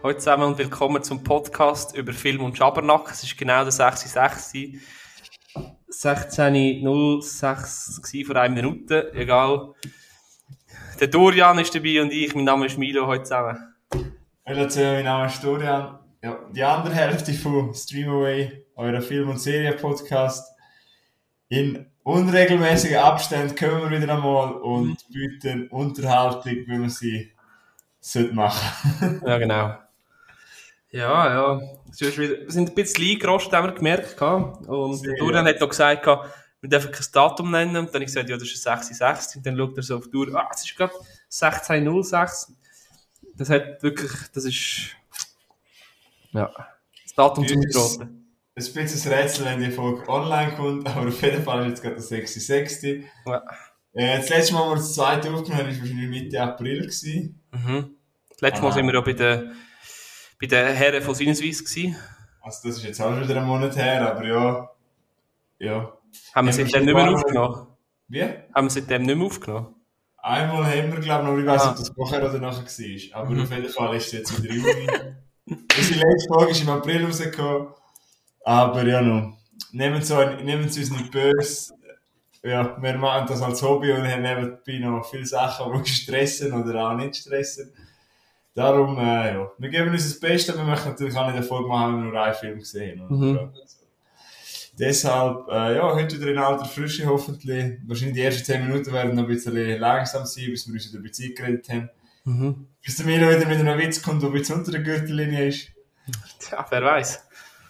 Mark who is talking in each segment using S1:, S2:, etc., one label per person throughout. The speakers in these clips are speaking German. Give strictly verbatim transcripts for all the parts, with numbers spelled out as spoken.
S1: Hallo zusammen und willkommen zum Podcast über Film und Schabernack. Es ist genau der sechs sechs sechzehn null sechs vor einer Minute, egal. Der Dorian ist dabei und ich, mein Name ist Milo, heute zusammen.
S2: Hallo zusammen, mein Name ist Dorian. Ja, die andere Hälfte von Streamaway, eurer Film- und Serien-Podcast. In unregelmäßigen Abständen kommen wir wieder einmal und bieten Unterhaltung, wie man sie sollte machen.
S1: Ja, genau. Ja, ja. Wir sind ein bisschen eingerostet, haben wir gemerkt. Und
S2: Sehr,
S1: Dorian
S2: ja.
S1: hat noch gesagt, wir dürfen kein Datum nennen. Und dann habe ich gesagt, ja, das ist ein sechs sechs. Und dann schaut er so auf die Uhr, ah, es ist gerade sechzehn null sechs. Das hat wirklich, das ist, ja, das Datum zum Verraten.
S2: Ein bisschen ein Rätsel, wenn die Folge online kommt, aber auf jeden Fall ist jetzt gerade der sechs sechs.
S1: Ja.
S2: Äh, das letzte Mal, wo wir das zweite aufgenommen haben, war wahrscheinlich Mitte April gewesen.
S1: Mhm. Das letzte Mal
S2: Ah.
S1: sind wir ja bei den, bei den Herren von Sinneswiss gewesen.
S2: Also das ist jetzt auch schon wieder einen Monat her, aber ja. Ja.
S1: Haben wir
S2: Haben wir
S1: seitdem
S2: schon
S1: nicht mehr
S2: mal-
S1: aufgenommen?
S2: Wie?
S1: Haben wir seitdem nicht mehr aufgenommen?
S2: Einmal haben wir, glaube ich, noch, ich weiss
S1: Ah.
S2: nicht, ob das vorher oder nachher war. Aber
S1: Mhm.
S2: auf jeden Fall ist es jetzt wieder Juni. Unsere letzte Folge ist im April rausgekommen. Aber ja, noch. Nehmt es uns nicht böse. Ja, wir machen das als Hobby und haben nebenbei noch viele Sachen, die uns stressen oder auch nicht stressen. Darum, äh, ja. Wir geben uns das Beste, aber wir möchten natürlich auch nicht eine Folge machen, wenn wir nur einen Film gesehen haben.
S1: Mhm.
S2: Ja. Deshalb, äh, ja, heute wieder in alter Frische hoffentlich. Wahrscheinlich die ersten zehn Minuten werden noch ein bisschen langsam sein, bis wir uns wieder über Zeit geredet haben.
S1: Mhm.
S2: Bis der Milo wieder mit einem Witz kommt, der ein bisschen unter der Gürtellinie ist.
S1: Tja, wer weiß.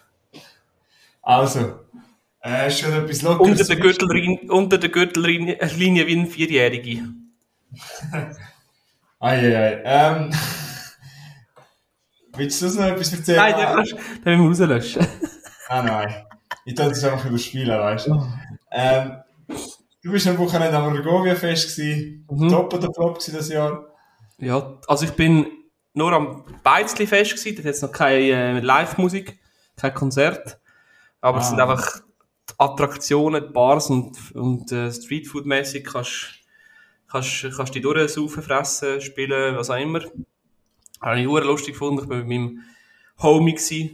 S2: Also, äh, ist schon etwas Lockeres.
S1: Unter der Gürtellinie, unter der Gürtellinie Linie wie ein Vierjährige.
S2: Eieiei. Ähm, willst du uns noch etwas erzählen?
S1: Nein, den kannst- den müssen wir rauslöschen.
S2: Ah nein. Ich dachte, das einfach überspielen, weißt du. Ähm, du bist am Wochenende am Argovia-Fest gewesen.
S1: Mhm.
S2: Top oder Flop gewesen das Jahr?
S1: Ja, also ich bin nur am Beizli-Fest gewesen, da hat jetzt noch keine äh, Live-Musik, kein Konzert. Aber es
S2: Ah.
S1: sind einfach die Attraktionen, die Bars und, und äh, Streetfood-mäßig kannst kannst kannst die durchsaufen, fressen, spielen, was auch immer. Habe ich sehr lustig gefunden. Ich war mit meinem Homie gewesen.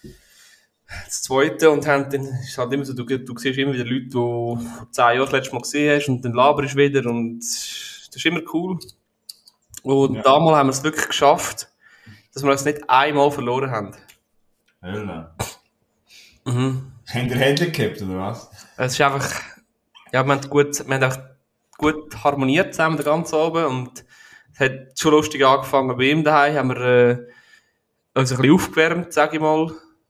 S1: Das Zweite, und haben dann, es ist halt immer so, du, du siehst immer wieder Leute, die vor zehn Jahren das letzte Mal gesehen hast, und dann laberst du wieder, und das ist immer cool. Und
S2: Ja.
S1: damals haben wir es wirklich geschafft, dass wir es nicht einmal verloren haben.
S2: Hölle.
S1: Mhm.
S2: Habt ihr Händler gehabt, oder was?
S1: Es ist einfach, ja, wir haben gut, wir haben auch gut harmoniert zusammen den ganzen Abend, und es hat schon lustig angefangen. Bei ihm daheim haben wir äh, uns ein bisschen aufgewärmt, sage ich mal.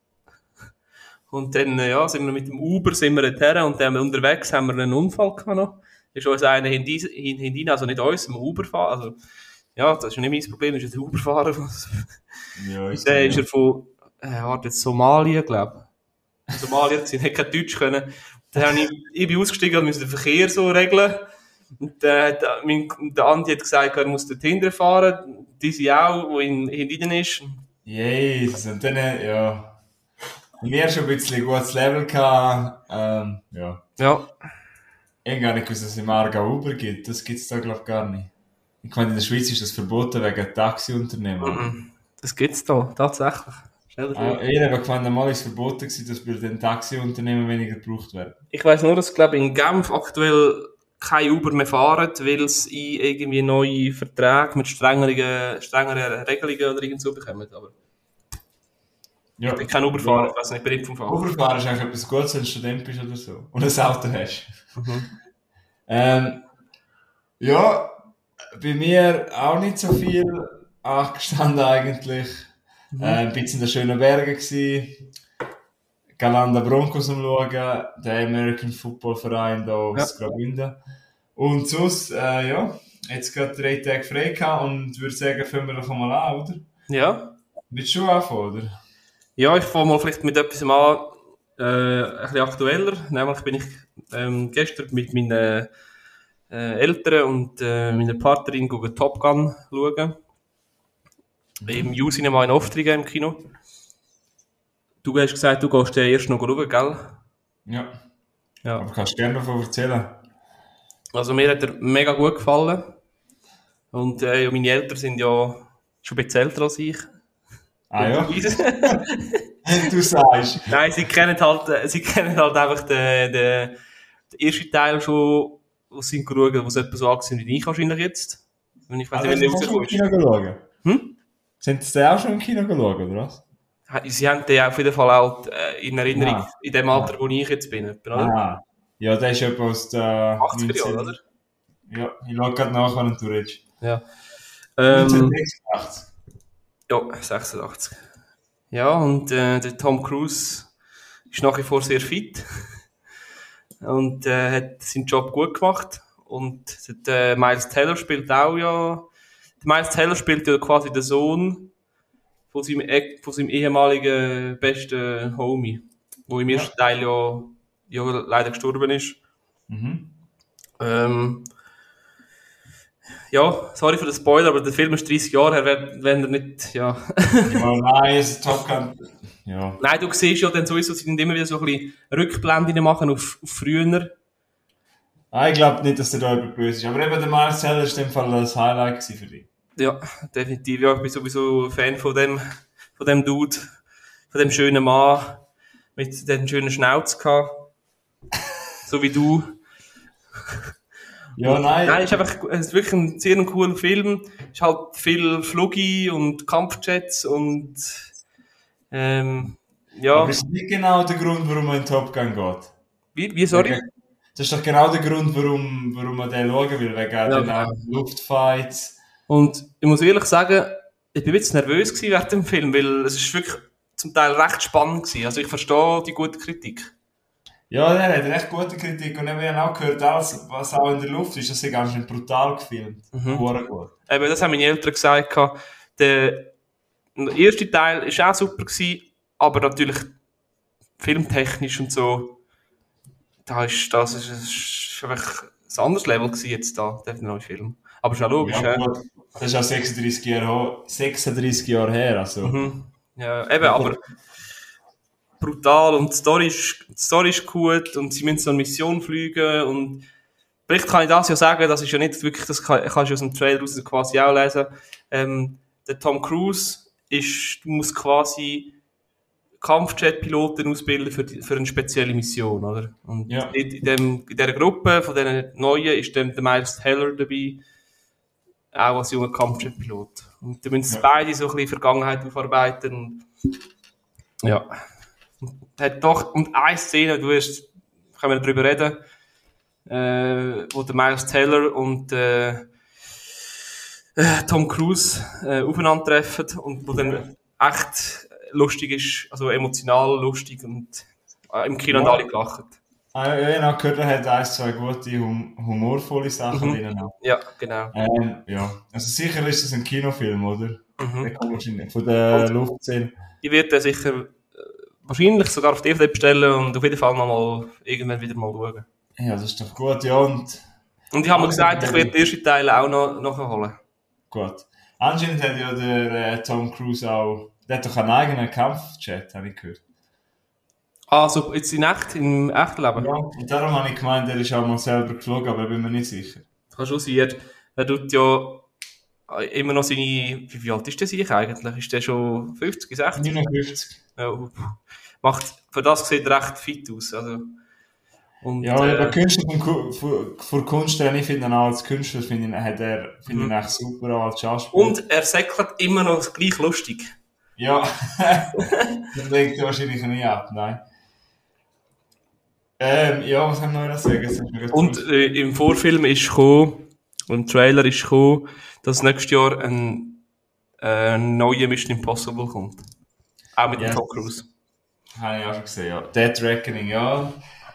S1: Und dann, äh, ja, sind wir mit dem Uber sind wir dorthin, und dann unterwegs haben wir einen Unfall gehabt noch. Ist uns einer hinten, hinten, also nicht uns, im Uber-Fahrer, also, ja, das ist nicht mein Problem, das ist der Uber-Fahrer.
S2: Ja,
S1: Und dann ist er von, äh, warte, jetzt Somalia, glaube ich. Somalia gewesen, hat kein Deutsch können. Dann habe ich, ich bin ausgestiegen und musste den Verkehr so regeln. Und äh, der, mein, der Andi hat gesagt, er muss dort hinten fahren. Diese auch, die in, hinten ist.
S2: Jesus, und dann, äh, ja. Wir schon ein bisschen gutes Level gehabt. Ähm, ja.
S1: Ja.
S2: Ich habe gar nicht gewusst, dass es im Aargau Uber gibt. Das gibt es da, glaube ich, gar nicht. Ich meine, in der Schweiz ist das verboten wegen Taxiunternehmen.
S1: Das gibt's da, tatsächlich. Stell dir vor.
S2: Ah, ich habe gemeint, normal ist es verboten gewesen, dass bei den Taxiunternehmen weniger gebraucht werden.
S1: Ich weiss nur, dass, glaube ich, in Genf aktuell kein Uber mehr fahren, weil es in irgendwie neue Verträge mit strengeren, strengeren Regelungen oder irgend so bekommen. Aber
S2: Ja.
S1: ich bin kein Uberfahrer, ich weiss nicht, ich bin nicht vom Fahren.
S2: Uberfahren ist eigentlich etwas Gutes, wenn du Student bist oder so. Und ein Auto hast.
S1: Mhm.
S2: Ähm, ja, bei mir auch nicht so viel angestanden eigentlich.
S1: Mhm.
S2: Äh, ein bisschen in den schönen Bergen gsi. Galanda Broncos am Schauen, der American Football Verein da aus
S1: Ja.
S2: Graubünden. Und sonst, äh, ja, jetzt gerade drei Tage frei gehabt und würde sagen, fangen wir doch mal an, oder?
S1: Ja.
S2: Willst du anfangen, oder?
S1: Ja, ich fange mal vielleicht mit etwas an, äh, ein bisschen aktueller. Nämlich bin ich ähm, gestern mit meinen äh, Eltern und äh, meiner Partnerin gucken Top Gun schauen. Im U-Cinema in Oftringen im Kino. Du hast gesagt, du gehst den erst noch schauen, gell?
S2: Ja.
S1: Ja.
S2: Aber kannst du gerne davon erzählen?
S1: Also mir hat er mega gut gefallen. Und äh, ja, meine Eltern sind ja schon ein bisschen älter als ich.
S2: Ah ja? Du sagst.
S1: Nein, sie kennen halt, äh, sie kennen halt einfach den, den, den ersten Teil schon, wo sie ihn geschaut haben, wo es etwa so angesehen wie ich wahrscheinlich jetzt. Wenn ich weiß
S2: Ah,
S1: nicht, wenn
S2: hast
S1: du
S2: du schon im Kino geschaut?
S1: Hm?
S2: Sind sie auch schon im Kino geschaut, oder was?
S1: Sie haben den auf jeden Fall auch äh, in Erinnerung,
S2: Ah.
S1: in dem Alter, wo ich jetzt bin, oder?
S2: Ah. Ja, der ist etwa aus der
S1: achtziger Jahre, oder?
S2: Ja, ich schaue gerade nach, wenn du redest.
S1: Ja. Ähm,
S2: neunzehnhundertsechsundachtzig.
S1: ja, sechsundachtzig. Ja, und äh, der Tom Cruise ist nach wie vor sehr fit und äh, hat seinen Job gut gemacht. Und der Miles Teller spielt auch ja. Der Miles Teller spielt ja quasi den Sohn von seinem, e- von seinem ehemaligen besten Homie, wo im ersten Teil ja, ja leider gestorben ist.
S2: Mhm.
S1: Ähm, ja, sorry für den Spoiler, aber der Film ist dreißig Jahre her, wenn, wenn er nicht, ja.
S2: Ja, nein, es ist Top Gun. Ja.
S1: Nein, du siehst ja dann sowieso, sie immer wieder so ein bisschen Rückblenden machen auf, auf früher.
S2: Ah, ich glaube nicht, dass der da jemand böse ist. Aber eben der Miles Teller ist in dem Fall das Highlight für dich.
S1: Ja, definitiv. Ja, ich bin sowieso Fan von dem, von dem Dude, von dem schönen Mann mit dem schönen Schnauz gehabt. So wie du.
S2: Ja, nein.
S1: Nein, es ist einfach, es ist wirklich ein sehr cooler Film. Es ist halt viel Fluggi und Kampfjets und, ähm, ja.
S2: Aber das ist nicht genau der Grund, warum man in Top Gun geht.
S1: Wie, wie, sorry?
S2: Das ist doch genau der Grund, warum, warum man den schauen will, wegen ja, den genau. Luftfights.
S1: Und ich muss ehrlich sagen, ich bin ein bisschen nervös gewesen während dem Film, weil es ist wirklich zum Teil recht spannend gewesen. Also ich verstehe die gute Kritik.
S2: Ja, der hat recht gute Kritik und wir haben auch gehört, alles, was auch in der Luft ist, das ist ganz schön brutal gefilmt.
S1: Mhm.
S2: Gut.
S1: Eben, das haben meine Eltern gesagt. Der erste Teil war auch super gewesen, aber natürlich filmtechnisch und so, da ist das ist, ist einfach ein anderes Level gewesen jetzt da, der neue Film. Aber ist auch logisch,
S2: ja,
S1: ja.
S2: Das ist auch sechsunddreißig Jahre, sechsunddreißig Jahre her, also.
S1: Mhm. Ja, eben, aber brutal und die Story ist, die Story ist gut und sie müssen so eine Mission fliegen und vielleicht kann ich das ja sagen, das ist ja nicht wirklich, das kann, kannst du aus dem Trailer raus quasi auch lesen, ähm, der Tom Cruise ist, muss quasi Kampfjet-Piloten ausbilden für, die, für eine spezielle Mission, oder? Und
S2: ja.
S1: in, dem, in dieser Gruppe von diesen Neuen ist dann der Miles Teller dabei, auch als junger Kampfjet-Pilot. Und da müssen ja. beide so ein bisschen Vergangenheit aufarbeiten und ja. Hat doch, und eine Szene, du wirst, können wir darüber reden, äh, wo der Miles Teller und äh, äh, Tom Cruise äh, aufeinandertreffen und wo dann echt lustig ist, also emotional lustig und äh, im Kino ja. alle gelacht.
S2: Ah, ja, ich habe gehört, er hat ein, zwei gute, hum- humorvolle Sachen mhm. drin.
S1: Ja, genau.
S2: Ähm, ja. Also sicher ist das ein Kinofilm, oder? Mhm. Der kommt wahrscheinlich von der Luftszene.
S1: Ich werde sicher wahrscheinlich sogar auf D V D bestellen und auf jeden Fall noch mal irgendwann wieder mal schauen.
S2: Ja, das ist doch gut, ja. Und,
S1: und ich habe mir gesagt, ich werde den ersten Teil auch noch nachholen.
S2: Gut. Anscheinend hat ja der äh, Tom Cruise auch, der hat doch einen eigenen Kampfjet, habe ich gehört.
S1: Ah, so jetzt in echt, im echten Leben?
S2: Ja, und darum habe ich gemeint, er ist auch mal selber geflogen, aber ich bin mir nicht sicher.
S1: Das kann schon sein. Er tut ja immer noch seine, wie alt ist der sich eigentlich? Ist der schon fünfzig, sechzig?
S2: neunundfünfzig.
S1: Ja, macht für das sieht recht fit aus. Also, und,
S2: ja,
S1: äh,
S2: aber Künstler von, von, von Kunst, ich finde ihn auch als Künstler, finde ich, hat er, finde ich echt super als Schauspieler.
S1: Und er säckelt immer noch gleich lustig.
S2: Ja, das legt er wahrscheinlich nie ab, nein. Ähm, ja, was haben wir noch sagen?
S1: Und äh, im Vorfilm ist gekommen, im Trailer ist gekommen, dass nächstes Jahr ein äh, neuer Mission Impossible kommt. Auch mit yes. dem Tom Cruise.
S2: Habe ich auch schon gesehen, ja. Dead Reckoning, ja.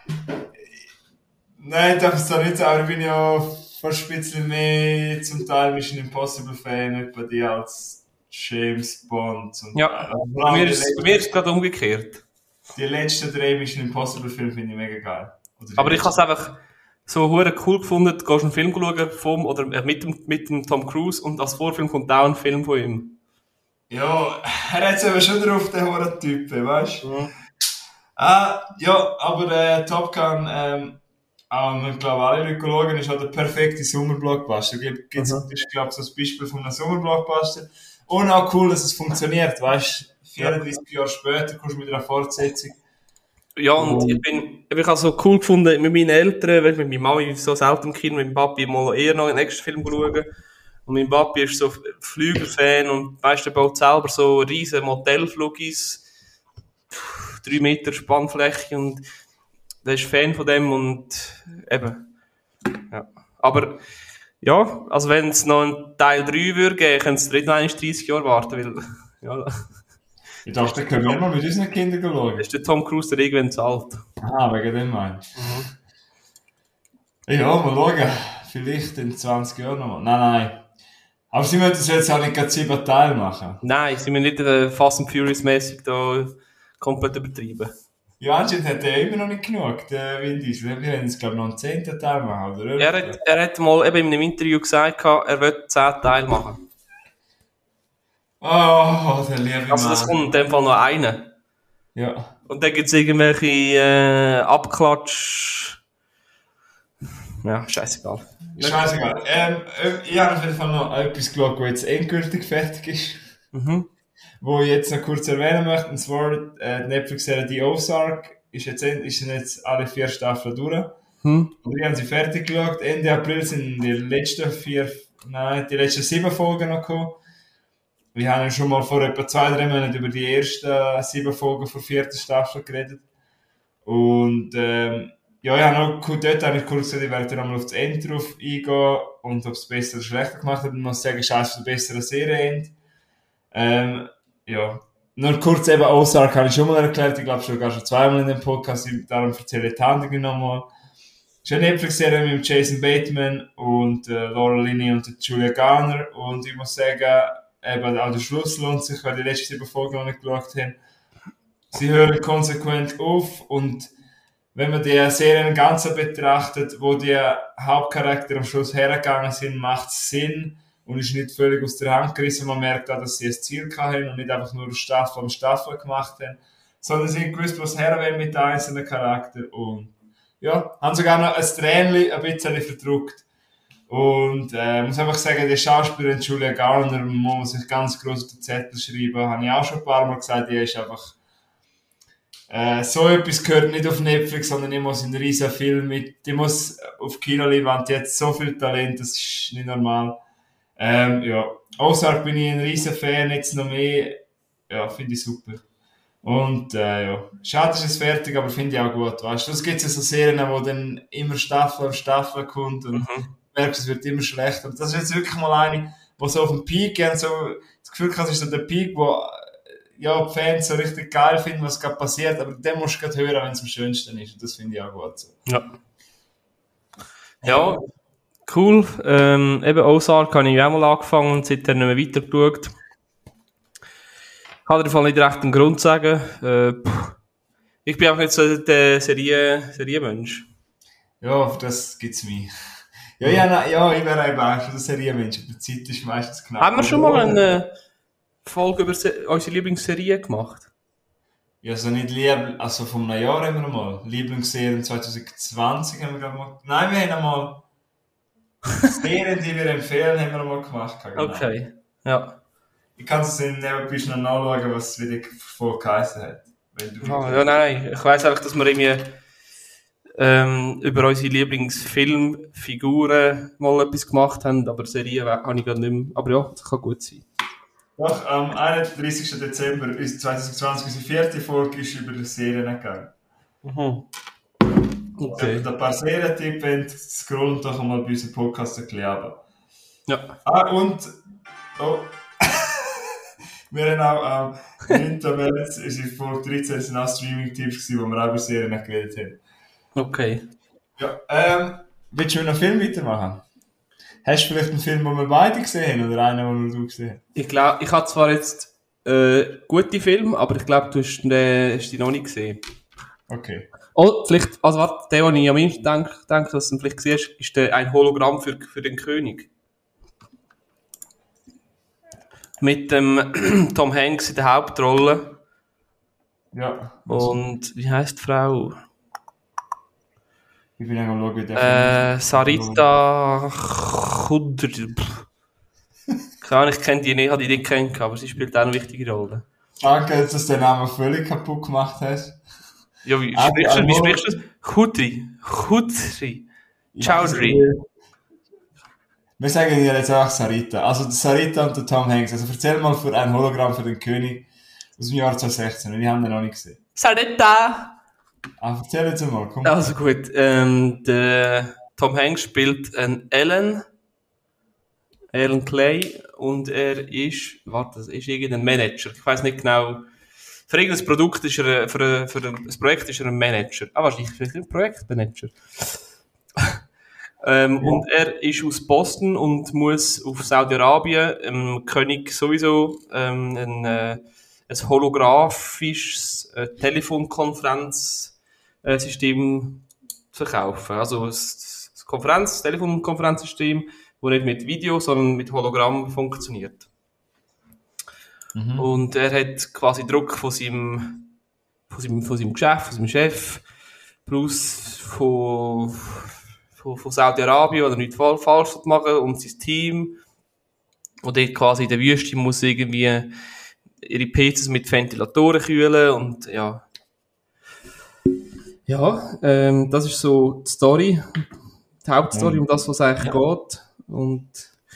S2: Nein, ich darf es da nicht sagen, aber ich bin ja fast ein bisschen mehr zum Teil Mission Impossible Fan, nicht bei dir als James Bond. Und
S1: ja, also, bei mir ist es gerade umgekehrt.
S2: Die letzten drei Mission Impossible Filme finde ich mega geil.
S1: Aber ich habe es einfach so hure cool gefunden, du gehst einen Film schauen vom, oder mit dem, mit dem Tom Cruise und als Vorfilm kommt auch ein Film von ihm.
S2: Ja, er hat es aber schon drauf, den Horror-Typen, weißt du?
S1: Mhm.
S2: Ah, ja, aber äh, Top Gun, ähm, auch, wir glaube alle Leute schauen, ist halt der perfekte Sommerblockbuster. Gibt es, mhm. ist glaube ich so ein Beispiel von einem Sommerblockbuster. Und auch cool, dass es funktioniert, weißt du, vierunddreißig Jahre später kommst du mit einer Fortsetzung.
S1: Ja, und
S2: Oh.
S1: ich bin, ich habe so cool gefunden mit meinen Eltern, weil ich mit meiner Mama so selten im Kino, mit meinem Papi mal eher noch den nächsten Film schauen. Und mein Papi ist so Flügerfan und weißt du, er baut selber so riesen Modellflugis, drei Meter Spannfläche und der ist Fan von dem und eben, ja. Aber, ja, also wenn es noch einen Teil drei würde geben, könnte es nicht noch dreißig Jahre warten, weil, ja,
S2: Ich dachte, können wir mal mit unseren Kindern schauen.
S1: ist der Tom Cruise der irgendwann zu alt.
S2: Ah, wegen dem mein ich. Ja, mal schauen. Vielleicht in zwanzig Jahren nochmal. Nein, nein. Aber sie müssen das jetzt auch nicht gerade sieben Teile machen.
S1: Nein, sind wir nicht äh, Fast and Furious mäßig da komplett übertrieben.
S2: Ja, anscheinend hat er immer noch nicht genug, der Vin Diesel. Wir werden jetzt, glaube ich, noch einen zehnten Teil machen, oder?
S1: Er hat, er hat mal eben in einem Interview gesagt, er will zehn Teile machen.
S2: Oh, der liebe
S1: Also das
S2: Mann.
S1: kommt in dem Fall noch einer.
S2: Ja.
S1: Und dann gibt es irgendwelche äh, Abklatsch... Ja, scheißegal.
S2: Scheißegal. Ähm, äh, ich habe auf jeden Fall noch etwas geschaut, das jetzt endgültig fertig ist.
S1: Mhm.
S2: Wo ich jetzt noch kurz erwähnen möchte, und zwar äh, die Netflix-Serie The Ozark ist jetzt, end- ist jetzt alle vier Staffeln durch.
S1: Hm.
S2: Und wir haben sie fertig geschaut. Ende April sind die letzten vier, nein, die letzten sieben Folgen noch gekommen. Wir haben ja schon mal vor etwa zwei, drei Monaten über die ersten sieben Folgen der vierten Staffel geredet. Und ähm, ja, ich habe noch gut dort habe ich kurz gesagt, ich werde dann mal auf das Ende drauf eingehen und ob es besser oder schlechter gemacht hat. Und ich muss sagen, es ist eines der besseren Serien. Ähm, ja, nur kurz eben Ozark habe ich schon mal erklärt, ich glaube sogar schon zweimal in dem Podcast, darum erzähle ich die Handlung nochmal. Es ist eine Netflix-Serie mit Jason Bateman und äh, Laura Linney und Julia Garner und ich muss sagen, eben auch der Schluss lohnt sich, weil die letzten sieben Folgen noch nicht geschaut haben. Sie hören konsequent auf und wenn man die Serie im Ganzen betrachtet, wo die Hauptcharaktere am Schluss hergegangen sind, macht es Sinn und ist nicht völlig aus der Hand gerissen. Man merkt auch, dass sie ein Ziel hatten und nicht einfach nur Staffel um Staffel gemacht haben, sondern sie haben gewusst, was her will mit den einzelnen Charakteren und ja, haben sogar noch ein Tränchen ein bisschen verdruckt. Und äh, muss einfach sagen, die Schauspielerin Julia Garner muss sich ganz groß auf den Zettel schreiben. Habe ich auch schon ein paar Mal gesagt, die ist einfach äh, so etwas gehört nicht auf Netflix, sondern ich muss in einen riesen Film mit, die muss auf Kinoleinwand, die hat so viel Talent, das ist nicht normal. Ähm, ja, Ozark bin ich ein riesen Fan, jetzt noch mehr, ja, finde ich super. Und äh, ja, schade ist es fertig, aber finde ich auch gut, weißt du. Es gibt ja so Serien, wo dann immer Staffel an Staffel kommt und
S1: Mhm.
S2: du merkst, es wird immer schlechter. Und das ist jetzt wirklich mal eine, wo so auf dem Peak gehen, so das Gefühl hast, ist so der Peak, wo ja, die Fans so richtig geil finden, was gerade passiert, aber den musst du gerade hören, wenn es am schönsten ist. Und das finde ich auch gut so.
S1: Ja. Ja, cool. Ähm, eben Ozark habe ich auch mal angefangen und seitdem nicht mehr weitergeschaut. Ich kann dir Fall nicht recht einen Grund sagen. Äh, pff. ich bin auch nicht so der Serie, Serienmensch.
S2: Ja, auf das gibt's mich. Ja, ja, nein, ja, ich wäre eben auch schon der Serienmensch, aber die Zeit ist meistens knapp.
S1: Haben wir schon mal eine Folge über Se- unsere Lieblingsserie gemacht?
S2: Ja, so nicht lieb, also vom einem Jahr haben wir mal. Lieblingsserien zwanzig zwanzig haben wir gerade mal. Nein, wir haben mal Serien, die wir empfehlen, haben wir mal gemacht. Genau.
S1: Okay, ja.
S2: Ich kann es in nebenbei noch nachschauen, was es wieder vorher geheißen hat. Wenn du
S1: Ah, ja, nein, ich weiss einfach, dass wir irgendwie ähm, über unsere Lieblingsfilmfiguren mal etwas gemacht haben, aber Serien we- habe ich gerade nicht mehr. Aber ja, das kann gut sein.
S2: Doch, am einunddreißigsten Dezember zwanzig zwanzig, unsere vierte Folge ist über die Serien gegangen.
S1: Mhm.
S2: Wenn
S1: Okay.
S2: ihr ein paar Serientipps wollt, scrollt doch einmal bei unserem Podcast ein bisschen runter.
S1: Ja.
S2: Ah, und oh, wir haben auch am neunten März, unsere Folge dreizehn, sind auch Streaming-Tipps gewesen, wo wir auch über Serien geredet haben.
S1: Okay.
S2: Ja, ähm, willst du noch einen Film weitermachen? Hast du vielleicht einen Film, den wir beide gesehen haben, oder einen, den nur du gesehen hast?
S1: Ich glaube, ich habe zwar jetzt äh, gute Filme, aber ich glaube, du hast, äh, hast die noch nicht gesehen.
S2: Okay.
S1: Oh, vielleicht, also warte, der, den ich am ehesten denke, denke, dass du ihn vielleicht siehst, ist der, ein Hologramm für, für den König. Mit dem Tom Hanks in der Hauptrolle.
S2: Ja.
S1: Und wie heisst die Frau?
S2: Ich bin am schauen, wie der
S1: Äh, Sarita Khudr. Pff. Keine Ahnung, ich kenne die nicht, habe die nicht kennt, aber sie spielt auch eine wichtige Rolle.
S2: Danke, dass du den Namen völlig kaputt gemacht hast.
S1: Ja, wie
S2: Ah,
S1: sprichst du, wie
S2: also-
S1: sprichst du das? Khudri. Khudri. Chowdhury.
S2: Wir sagen ihr jetzt auch Sarita. Also der Sarita und der Tom Hanks. Also erzähl mal für ein Hologramm für den König aus dem Jahr zwanzig sechzehn. Wir haben den noch nicht gesehen.
S1: Sarita!
S2: Ah, erzähl jetzt mal, komm.
S1: Also gut, ähm, der Tom Hanks spielt einen Alan, Alan Clay, und er ist, warte, das ist irgendein Manager. Ich weiss nicht genau, für irgendein Produkt ist er, für, für ein Projekt ist er ein Manager. Ah, wahrscheinlich vielleicht ein Projektmanager. ähm,
S2: Ja.
S1: Und er ist aus Boston und muss auf Saudi-Arabien, ähm, König sowieso, ähm, ein, äh, ein holographisches äh, Telefonkonferenzsystem verkaufen. Also ein, ein Konferenz, Telefonkonferenzsystem, das nicht mit Video, sondern mit Hologramm funktioniert.
S2: Mhm.
S1: Und er hat quasi Druck von seinem, von seinem, von seinem Geschäft, von seinem Chef, plus von, von, von Saudi-Arabien, oder nichts falsch machen, und sein Team, und dort quasi in der Wüste muss irgendwie ihre P Cs mit Ventilatoren kühlen, und ja. Ja, ähm, das ist so die Story, die Hauptstory, um das, was es eigentlich geht. Und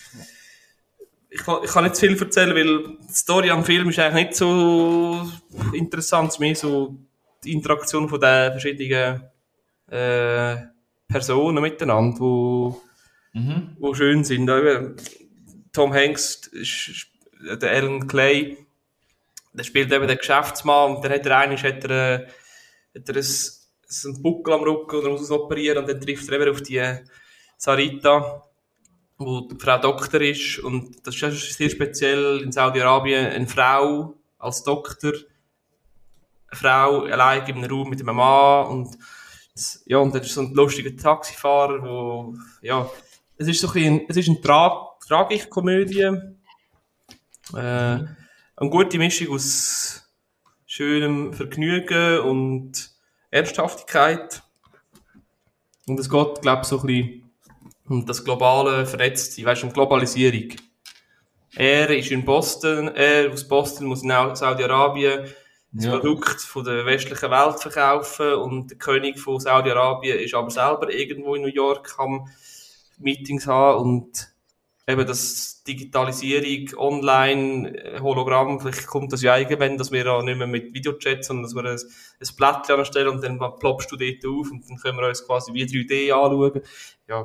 S1: ich kann, ich kann nicht zu viel erzählen, weil die Story am Film ist eigentlich nicht so interessant. Es ist mehr so die Interaktion von den verschiedenen äh, Personen miteinander, wo,
S2: Mhm.
S1: wo schön sind. Eben, Tom Hanks, ist, der Alan Clay, der spielt eben den Geschäftsmann, und dann hat er eigentlich hat er, hat er ein, ein Buckel am Rücken, oder muss es operieren, und dann trifft er eben auf die Sarita, wo die Frau Doktor ist, und das ist sehr speziell in Saudi-Arabien, eine Frau als Doktor, eine Frau allein in einem Raum mit einem Mann, und ja, und dann ist so ein lustiger Taxifahrer, wo, ja, es ist so ein bisschen, es ist eine Tra- Tragikkomödie, äh, eine gute Mischung aus schönem Vergnügen und Ernsthaftigkeit, und es geht, glaube ich, so ein bisschen um das globale Vernetzte, weißt du, um Globalisierung. Er ist in Boston, er aus Boston muss in Saudi-Arabien das
S2: Ja.
S1: Produkt von der westlichen Welt verkaufen, und der König von Saudi-Arabien ist aber selber irgendwo in New York am Meetings haben, und eben das Digitalisierung, Online, Hologramm, vielleicht kommt das ja irgendwann, dass wir auch nicht mehr mit Videochat, sondern dass wir ein, ein Blättchen anstellen, und dann ploppst du dort auf, und dann können wir uns quasi wie drei D anschauen. Ja.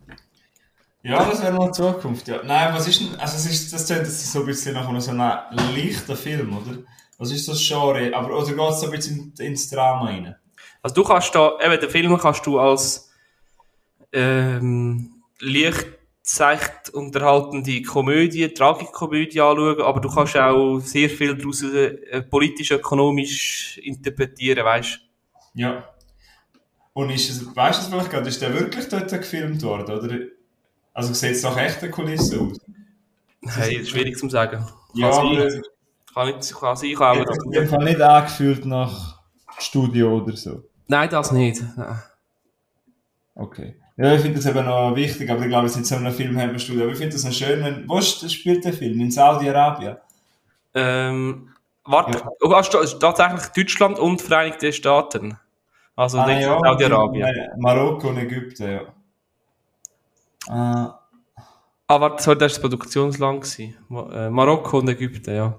S2: Ja, das wäre noch die Zukunft, ja. Nein, was ist denn, also es ist, das klingt jetzt so ein bisschen nach so einem leichten Film, oder? Was ist das Genre? Aber, oder geht es so ein bisschen in, ins Drama rein?
S1: Also du kannst da, eben den Film kannst du als ähm, leicht seicht unterhaltende Komödie, Tragikkomödie anschauen, aber du kannst auch sehr viel daraus äh, politisch-ökonomisch interpretieren, weißt du?
S2: Ja. Und ist es, weißt du es vielleicht gerade, ist der wirklich dort gefilmt worden, oder? Also sieht es nach echten Kulissen aus?
S1: Hey, ist schwierig zu sagen.
S2: Ja,
S1: Kann
S2: aber
S1: sein, kann nicht, kann sein, kann
S2: hat
S1: auch
S2: sich in dem Fall nicht angefühlt nach Studio oder so.
S1: Nein, das nicht. Nein.
S2: Okay. Ja, ich finde das eben noch wichtig, aber ich glaube, es ist nicht so ein Film haben wir Studio. Aber ich finde das noch schön, wenn, wo ist- spielt der Film? In Saudi-Arabien?
S1: Ähm, warte,
S2: Ja.
S1: oh, es ist tatsächlich Deutschland und Vereinigte Staaten. Also
S2: Ah,
S1: nicht
S2: ja,
S1: Saudi-Arabien.
S2: Nein, Marokko und Ägypten, ja. Ah,
S1: Ah, warte, sorry, das war Produktionsland gewesen. Ma- äh, Marokko und Ägypten, ja.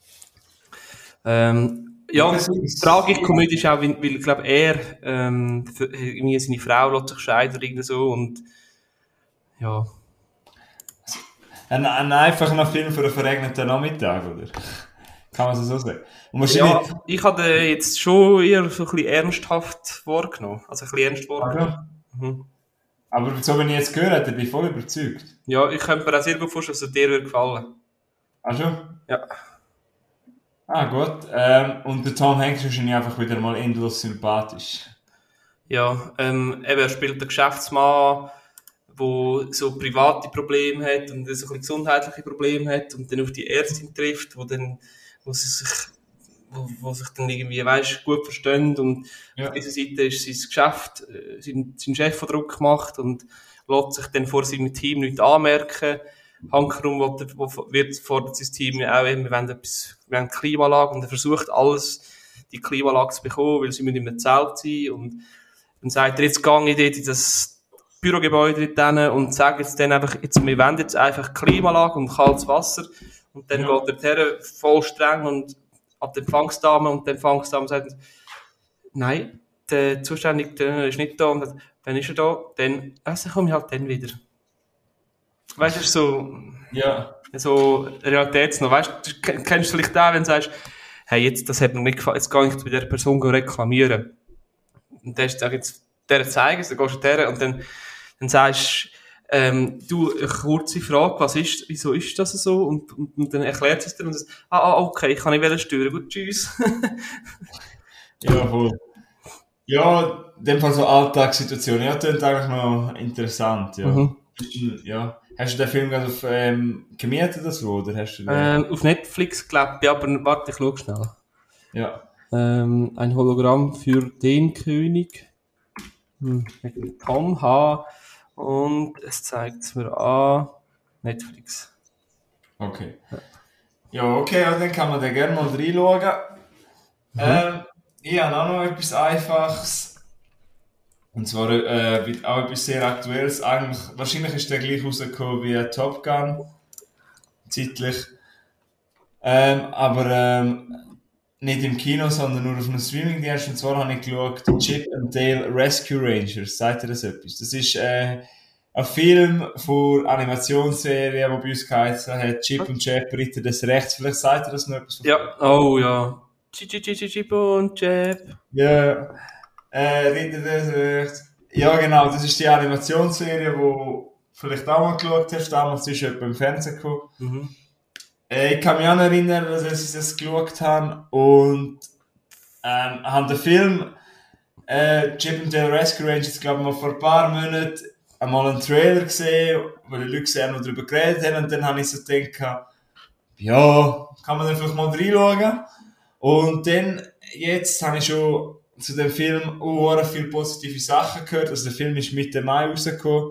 S1: Ähm, ja,
S2: Ja, das ist-
S1: Tragikkomödie ist auch, weil, weil ich glaube, er, ähm, für, irgendwie seine Frau lässt sich scheiden oder irgendwie so, und, ja.
S2: ein, ein einfacher Film für einen verregneten Nachmittag, oder? Kann man so sagen. Und
S1: Ja,
S2: wahrscheinlich...
S1: ich habe den jetzt schon eher so ein bisschen ernsthaft wahrgenommen. Also ein bisschen ernst wahrgenommen.
S2: Ja.
S1: Mhm.
S2: Aber so, wenn ich jetzt gehört habe, bin ich voll überzeugt.
S1: Ja, ich könnte mir auch sehr gut vorstellen, dass er dir würde gefallen.
S2: Ach schon?
S1: Ja.
S2: Ah, gut. Ähm, und der Tom Hanks ist wahrscheinlich einfach wieder mal endlos sympathisch.
S1: Ja, ähm, eben, er spielt einen Geschäftsmann, der so private Probleme hat und so ein bisschen gesundheitliche Probleme hat, und dann auf die Ärztin trifft, wo dann, wo sie sich, wo, wo sich dann irgendwie, weisst, gut verstehen, und
S2: Ja.
S1: auf dieser Seite ist sein Geschäft, äh, sein, sein Chef von Druck gemacht und lässt sich dann vor seinem Team nicht anmerken, Hankerum, wo, wo wird, fordert sein Team ja auch eben, wir wollen etwas, wir wollen Klimaanlage und er versucht alles, die Klimaanlage zu bekommen, weil sie müssen in einem Zelt sein und dann sagt er, jetzt gehe ich dort in das Bürogebäude dort und sage jetzt dann einfach, jetzt, wir wollen jetzt einfach Klimaanlage und kaltes Wasser und dann ja. geht der Herr voll streng und ab der Empfangsdame und die Empfangsdame sagt, nein, der Zuständige ist nicht da und sagt, dann ist er da, dann, also komme ich halt dann wieder. Weißt du, das ist so,
S2: ja.
S1: so realitätsnah. Weißt du, kennst du vielleicht auch, wenn du sagst, hey, jetzt, das hat mir nicht gefallen, jetzt gehe ich bei der Person reklamieren. Und dann sag jetzt, der zeigen, dann gehst du der und dann, dann sagst ähm, du, eine kurze Frage, was ist, wieso ist das so? Und, und, und dann erklärt sie es dir und sagt, ah, ah, okay, ich kann nicht wieder steuern, gut, tschüss.
S2: Ja, voll. Ja, in dem Fall so Alltagssituationen. Ja, das klingt eigentlich noch interessant, ja. Mhm. Ja. Hast du den Film gerade auf, ähm, gemietet oder so, oder hast du den?
S1: Ähm, auf Netflix, glaube ich, aber warte, ich schau schnell.
S2: Ja.
S1: Ähm, ein Hologramm für den König. Hm, mit Tom H. Und es zeigt es mir an. Netflix.
S2: Okay. Ja, okay, ja, dann kann man da gerne mal reinschauen. Mhm. Ähm, ich habe auch noch etwas Einfaches. Und zwar äh, auch etwas sehr Aktuelles. Eigentlich, wahrscheinlich ist der gleich rausgekommen wie Top Gun. Zeitlich. Ähm, aber ähm, nicht im Kino, sondern nur auf einem Streamingdienst. Und zwar habe ich geschaut, Chip and Dale Rescue Rangers. Sagt ihr das etwas? Das ist äh, ein Film von Animationsserie, die bei uns geheißen hat, Chip und Chap, Ritter des Rechts. Vielleicht sagt ihr das noch etwas?
S1: Ja, oh ja. Chip, Chip, Chip, Chip und Chap.
S2: Ja, äh, Ritter des Rechts. Ja, genau, das ist die Animationsserie, die du vielleicht auch mal geschaut hast. Damals ist jemand im Fernsehen gekommen. Mhm. Äh, ich kann mich auch erinnern, dass ich das geschaut habe und ähm, habe den Film äh, Chip and Dale Rescue Rangers, glaube ich, mal vor ein paar Monaten einmal einen Trailer gesehen, weil die Leute sehr noch darüber geredet haben und dann habe ich so gedacht, ja, kann man dann vielleicht mal reinschauen. Und dann, jetzt habe ich schon zu dem Film auch viele positive Sachen gehört. Also der Film ist Mitte Mai rausgekommen,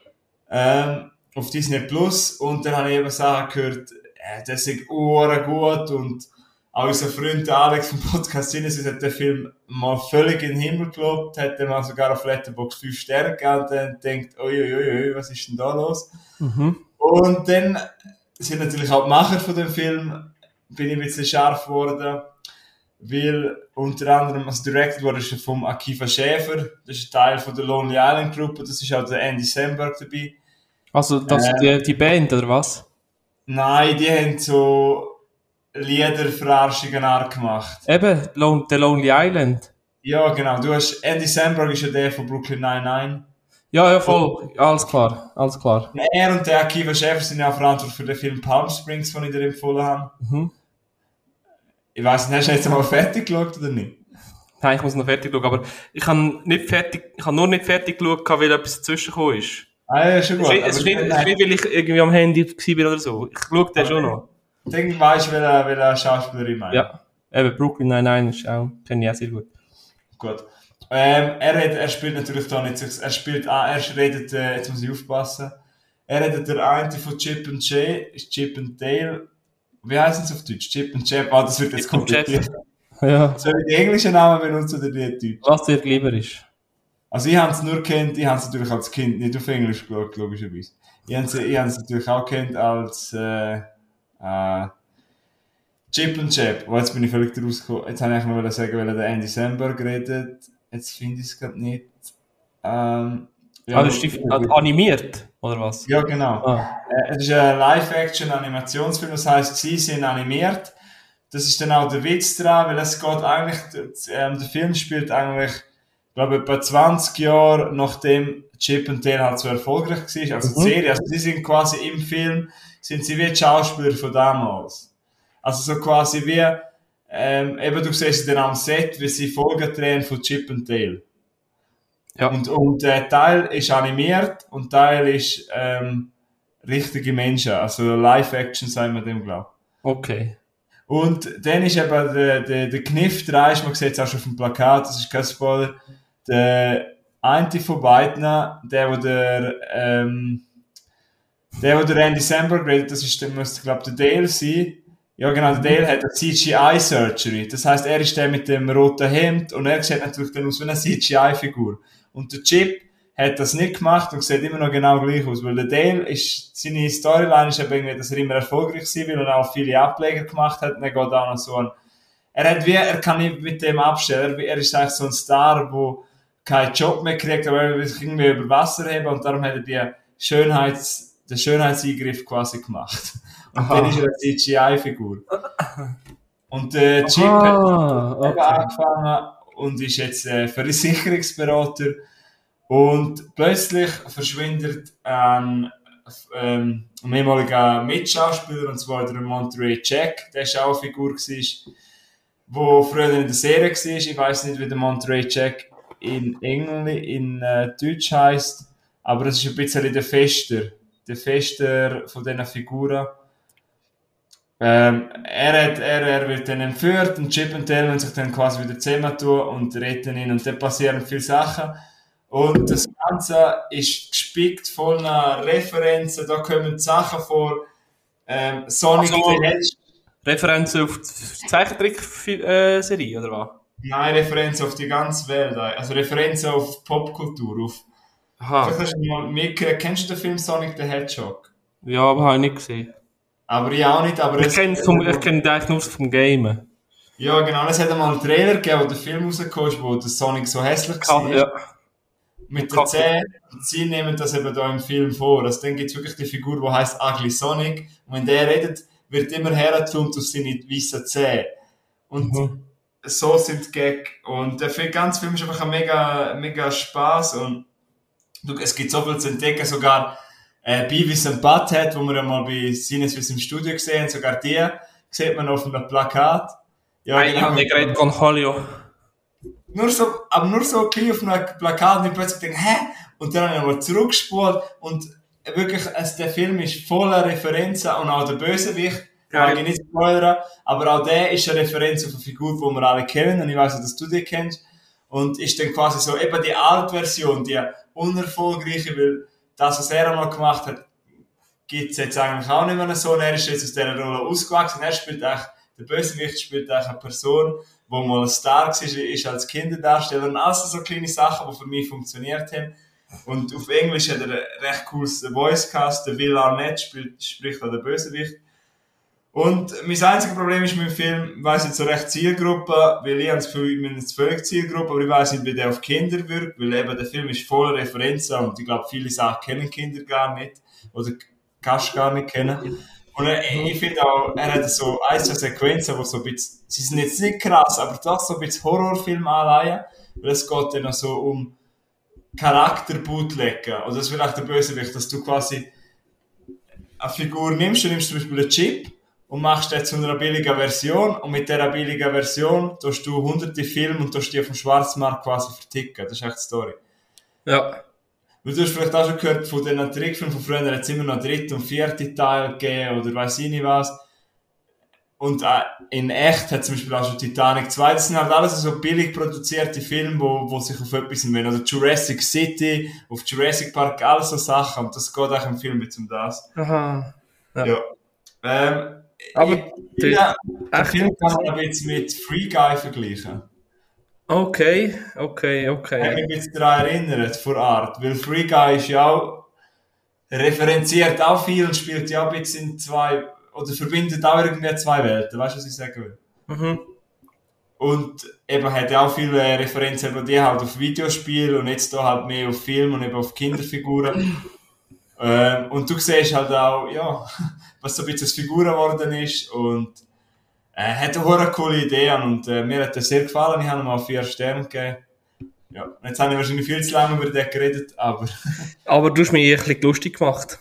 S2: ähm, auf Disney Plus, und dann habe ich eben Sachen gehört, äh, das ist auch gut, und auch unser Freund Alex vom Podcast Sinnes hat den Film mal völlig in den Himmel gelobt, hat ihm mal sogar auf Letterboxd fünf Sterne gegeben und dann denkt, uiuiui, was ist denn da los? Mhm. Und dann sind natürlich auch die Macher von dem Film, bin ich ein bisschen scharf geworden, weil unter anderem, also directed wurde ist vom Akiva Schäfer, das ist ein Teil von der Lonely Island Gruppe, das ist auch der Andy Samberg dabei.
S1: Also das ist äh, die, die Band, oder was?
S2: Nein, die haben so Lieder verarschige Art gemacht.
S1: Eben, Lon- der Lonely Island.
S2: Ja, genau. Du hast, Andy Samberg ist ja der von Brooklyn Nine-Nine.
S1: Ja, ja, voll. Alles klar, alles klar.
S2: Er und der Akiva Schäfer sind ja auch verantwortlich für den Film Palm Springs, den ich dir empfohlen habe. Mhm. Ich weiss nicht, hast du jetzt mal fertig geschaut oder nicht?
S1: Nein, ich muss noch fertig schauen, aber ich habe nicht fertig, ich habe nur nicht fertig geschaut, weil etwas dazwischen gekommen ist.
S2: Ah, ja, schon gut.
S1: Es ist, nicht, es ist nicht, weil ich irgendwie am Handy war oder so. Ich schaue den schon noch.
S2: Ich denke, weißt du, welche Schauspielerin meint.
S1: Ja, eben, Brooklyn Nine-Nine ist auch, kenne ich auch sehr gut.
S2: Gut. Ähm, er, redet, er spielt natürlich da nicht, er spielt, ah, er redet, äh, jetzt muss ich aufpassen, er redet der eine von Chip and Jay, ist Chip and Dale, wie heißen sie auf Deutsch? Chip and Chap, ah, das wird jetzt kompliziert.
S1: Ja.
S2: Soll ich den englischen Namen benutzen oder die Deutsch?
S1: Was dir lieber ist.
S2: Also ich habe es nur kennt, ich habe es natürlich als Kind nicht auf Englisch geschaut, logischerweise. Ich habe es, ich habe es natürlich auch kennt als äh, äh, Chip and Chap. Oh, jetzt bin ich völlig rausgekommen. Jetzt habe ich noch sagen, weil der Andy Samberg redet. Jetzt finde ich es gerade nicht. Ähm, ja,
S1: ah, das ist animiert, oder was?
S2: Ja, genau. Ah. Äh, es ist ein Live-Action-Animationsfilm, das heisst, sie sind animiert. Das ist dann auch der Witz dran, weil es geht eigentlich, ähm, der Film spielt eigentlich, ich glaube, etwa zwanzig Jahre nachdem Chip and Dale halt so erfolgreich war, also die mhm. Serie. Also sie sind quasi im Film, sind sie wie die Schauspieler von damals. Also so quasi wie, ähm, eben du siehst dann am Set, wie sie Folgen drehen von Chip and Dale. Ja. Und, und der Teil ist animiert und Teil ist ähm, richtige Menschen, also Live-Action, sagen wir dem, glaube ich.
S1: Okay.
S2: Und dann ist eben der, der, der Kniff dran, man sieht es auch schon auf dem Plakat, das ist kein Spoiler, der eine von beiden, der, wo der, ähm, Der, der Andy Samberg redet, das ist, der müsste, glaube ich, der Dale sein. Ja, genau, der Dale hat eine C G I-Surgery. Das heisst, er ist der mit dem roten Hemd und er sieht natürlich dann aus wie eine C G I-Figur. Und der Chip hat das nicht gemacht und sieht immer noch genau gleich aus. Weil der Dale ist, seine Storyline ist eben irgendwie, dass er immer erfolgreich sein will und auch viele Ableger gemacht hat. Und er geht auch noch so ein, er hat wie, er kann nicht mit dem abstellen. Er, er ist eigentlich so ein Star, der keinen Job mehr kriegt, aber er will sich irgendwie über Wasser heben und darum hat er die Schönheits, den Schönheitseingriff quasi gemacht. Und Aha. Dann ist er eine C G I-Figur. Und der äh, Chip ah, hat okay. angefangen und ist jetzt äh, Versicherungsberater. Und plötzlich verschwindet ein ähm, ein ehemaliger Mitschauspieler, und zwar der Monterey Jack, der war auch eine Figur, der früher in der Serie war. Ich weiss nicht, wie der Monterey Jack in Englisch, in äh, Deutsch heisst, aber es ist ein bisschen der Fester, der Fester von diesen Figuren. Ähm, er, hat, er, er wird dann entführt und Chip und Dale sich dann quasi wieder zusammentun und retten ihn, und dann passieren viele Sachen. Und das Ganze ist gespickt von Referenzen, da kommen Sachen vor, ähm, Sonic the Hedgehog.
S1: Referenzen auf die Zeichentrick-Serie, oder was?
S2: Nein, Referenzen auf die ganze Welt, also Referenzen auf Popkultur, auf... Aha. Vielleicht hast du mal mitgekriegt, kennst du den Film Sonic the Hedgehog?
S1: Ja, aber habe ich nicht gesehen.
S2: Aber ich auch nicht, aber...
S1: Ich kenne den eigentlich nur vom Gamen.
S2: Ja, genau, es hat einmal einen Trailer gegeben, wo der Film rausgekommen ist, wo der Sonic so hässlich war. Ja. Mit der Zähne, und sie nehmen das eben da im Film vor. Also dann gibt es wirklich die Figur, die heisst Ugly Sonic, und wenn der redet, wird immer hergetont auf seine weißen Zähne. Und mhm. so sind die Gag. Und der ganze Film ist einfach ein mega, mega Spass, und du, es gibt so viel zu entdecken, sogar äh, Beavis and Butthead, wo wir ja mal bei Sinneswiss im Studio gesehen haben, sogar die sieht man auf einem Plakat.
S1: Ja, Nein, genau. Der Great Conholio.
S2: Nur so, aber nur so klein auf einem Plakat, und ich plötzlich denke, hä? Und dann habe ich nochmal zurückgespult, und wirklich, also der Film ist voller Referenzen, und auch der Bösewicht, ja, ich nicht spoilern, aber auch der ist eine Referenz auf eine Figur, die wir alle kennen, und ich weiss, dass du die kennst, und ist dann quasi so eben die Altversion, die unerfolgreiche, weil das, was er einmal gemacht hat, gibt es jetzt eigentlich auch nicht mehr so, und er ist jetzt aus dieser Rolle ausgewachsen, er spielt eigentlich, der Bösewicht spielt eigentlich eine Person, wo mal ein Star war, ist als Kinderdarsteller, und alles so kleine Sachen, die für mich funktioniert haben. Und auf Englisch hat er ein recht cooles Voicecast, der Will Arnett spielt, spricht auch der Bösewicht. Und mein einziges Problem ist mit dem Film, ich weiss nicht so recht Zielgruppe, weil ich habe das Gefühl, ich bin jetzt völlig Zielgruppe, aber ich weiss nicht, wie der auf Kinder wirkt, weil eben der Film ist voller Referenzen, und ich glaube, viele Sachen kennen Kinder gar nicht, oder kannst gar nicht kennen. Und er, ich finde auch, er hat so ein, zwei Sequenzen, die so ein bisschen, sie sind jetzt nicht krass, aber doch so ein bisschen Horrorfilm anleihen, weil es geht dann auch so um Charakter-Bootleggen, oder das ist vielleicht der Bösewicht, dass du quasi eine Figur nimmst, du nimmst zum Beispiel einen Chip und machst den zu einer billigen Version, und mit dieser billigen Version tust du hunderte Filme und tust die auf dem Schwarzmarkt quasi verticken. Das ist echt die Story.
S1: Ja.
S2: Weil du hast vielleicht auch schon gehört, von den Trickfilmen von früher hat es immer noch dritte und vierte Teil gegeben, oder weiss ich nicht was. Und äh, in echt hat zum Beispiel auch schon Titanic zwei. Das sind halt alles so billig produzierte Filme, wo, wo sich auf etwas wollen. Oder Jurassic City, auf Jurassic Park, alles so Sachen. Und das geht auch im Film mit um das.
S1: Aha.
S2: Ja. ja. Ähm,
S1: Aber
S2: ich, ja, den Film kann man ein bisschen mit Free Guy vergleichen.
S1: Okay, okay, okay.
S2: Ich habe mich ein bisschen daran erinnert, vor Art. Weil Free Guy ist ja auch, referenziert auch viel und spielt ja auch ein bisschen in zwei, oder verbindet auch irgendwie zwei Welten. Weißt du, was ich sagen will?
S1: Mhm.
S2: Und eben hat ja auch viele Referenzen, eben die halt auf Videospiele und jetzt da halt mehr auf Film und eben auf Kinderfiguren. ähm, und du siehst halt auch, ja, was so ein bisschen als Figuren geworden ist, und er äh, hat eine coole Ideen, und äh, mir hat das sehr gefallen. Ich habe ihm auch vier Sterne gegeben. Ja, jetzt habe ich wahrscheinlich viel zu lange über den geredet, aber...
S1: aber du hast mich ein bisschen lustig gemacht.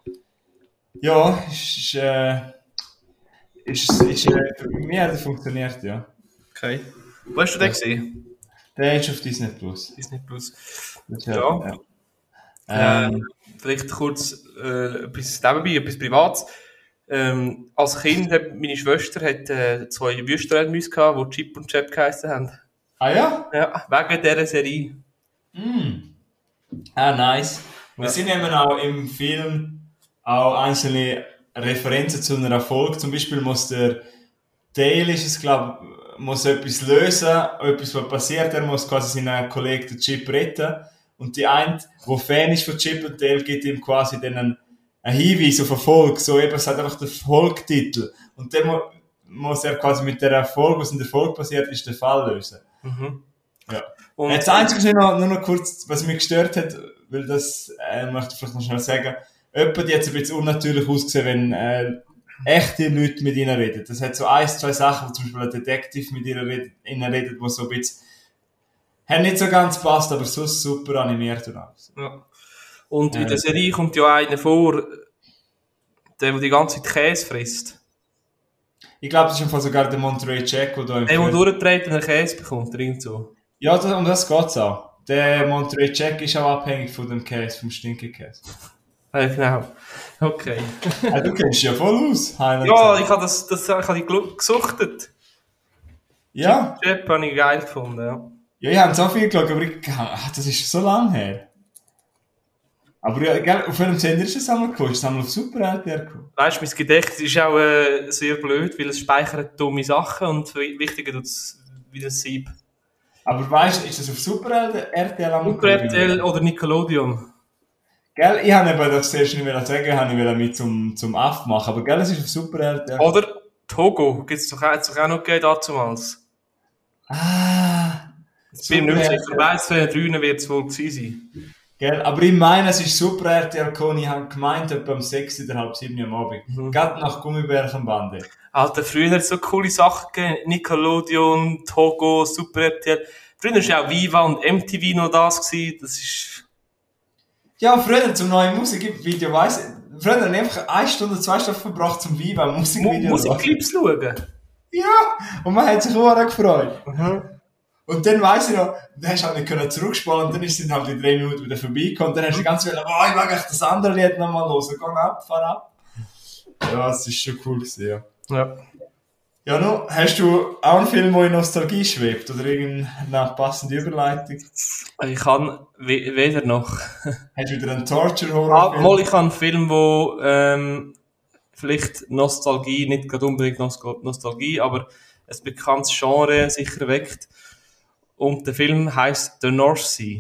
S2: Ja, ist, äh, ist, ist, äh, für mich hat er funktioniert, ja.
S1: Okay. Wo hast du den gesehen?
S2: Der ist auf Disney Plus.
S1: Disney Plus.
S2: Ja.
S1: ja. ja. Ähm, vielleicht kurz äh, etwas nebenbei, etwas Privates. Ähm, als Kind hat meine Schwester hat, äh, zwei Wüstenrennmäuse gehabt, die Chip und Chap geheissen haben.
S2: Ah ja?
S1: Ja, wegen dieser Serie.
S2: Mm. Ah, nice. Wir ja. sind eben auch im Film auch einzelne Referenzen zu einer Folge. Zum Beispiel muss der Dale, ist es, glaube muss etwas lösen, etwas, was passiert. Er muss quasi seinen Kollegen den Chip retten. Und die eine, die Fan ist von Chip und Dale, gibt ihm quasi dann einen, einen Hinweis auf eine Folge. So eben, es hat einfach den Folgetitel. Und dann mu- muss er quasi mit der Folge, was in der Folge passiert ist, den Fall lösen.
S1: Mhm.
S2: Ja.
S1: Und
S2: Jetzt einzig nur noch, nur noch kurz, was mich gestört hat, weil das, äh, möchte ich vielleicht noch schnell sagen, jemand hat jetzt ein bisschen unnatürlich ausgesehen, wenn, äh, echte Leute mit ihnen reden. Das hat so ein, zwei Sachen, wo zum Beispiel ein Detektiv mit ihnen redet, ihnen redet, wo so ein bisschen, hat nicht so ganz passt, aber so super animiert und alles.
S1: ja. Und in
S2: Äh.
S1: der Serie kommt ja einer vor, der, der die ganze Zeit Käse frisst.
S2: Ich glaube, das ist im Fall sogar der Monterey Jack, der da im
S1: Der, der
S2: Film-
S1: durchdreht und einen Käse bekommt, irgend so.
S2: Ja, das, um das geht's auch. Der Monterey Jack ist auch abhängig von dem Käse, vom Stinkekäse.
S1: Ja, genau. Okay.
S2: Ah, du kennst dich ja voll aus, Heiner.
S1: Ja, ich habe das, das, ich habe die gelu- gesuchtet.
S2: Ja,
S1: Chip habe ich geil gefunden, ja.
S2: ja, ich habe so viel geschaut, aber ich, ach, das ist so lange her. Aber ja, gell, auf welchem Sender ist das einmal gekommen? Ist das einmal auf Super L T R gekommen?
S1: Weißt du, mein Gedächtnis ist auch äh, sehr blöd, weil es speichert dumme Sachen und wi- wichtiger tut es wie ein Sieb.
S2: Aber weißt du, ist das auf Super R T L einmal
S1: Super R T L oder Nickelodeon.
S2: Gell, ich habe eben das zuerst nicht mehr sagen, ich habe nicht mit zum, zum Aff machen, aber gell, es ist auf Super R T L.
S1: Oder Togo, gibt es doch, hat's doch auch noch gegeben damals.
S2: Ah,
S1: Jetzt bin ich mir nicht
S2: Super
S1: sicher, ich weiss, zwei drei wird es wohl gewesen sein.
S2: Gell, aber ich meine, es ist Super R T L gekommen, ich habe gemeint, etwa um sechs oder halb sieben am Abend.
S1: Mhm.
S2: Gerade nach Gummibärchenbande.
S1: Alter, früher hat es so coole Sachen gegeben. Nickelodeon, Togo, Super R T L. Früher war ja auch Viva und M T V noch das gewesen. Das ist...
S2: Ja, früher zum neuen Musikvideo, weiss ich, früher habe ich einfach eine Stunde, zwei Stunden verbracht zum Viva
S1: Mu
S2: Musikvideo.
S1: Musikclips schauen.
S2: Ja, und man hat sich auch gefreut.
S1: Mhm.
S2: Und dann weiss ich noch, dann hast du halt nicht können zurückspulen und dann sind halt die drei Minuten wieder vorbeigekommen und dann hast du die ganze Zeit, oh, ich mag echt das andere Lied nochmal hören, geh ab, fahr ab. Ja, es ist schon cool gewesen, ja.
S1: Ja.
S2: Ja, no, hast du auch einen Film, der in Nostalgie schwebt oder irgendeine passende Überleitung?
S1: Ich kann we weder noch.
S2: Hast du wieder einen
S1: Ah,
S2: Torture-Horror-Film?
S1: mal, ich habe einen Film, wo ähm, vielleicht Nostalgie, nicht gerade unbedingt Nos Nostalgie, aber ein bekanntes Genre sicher weckt. Und der Film heisst The North Sea.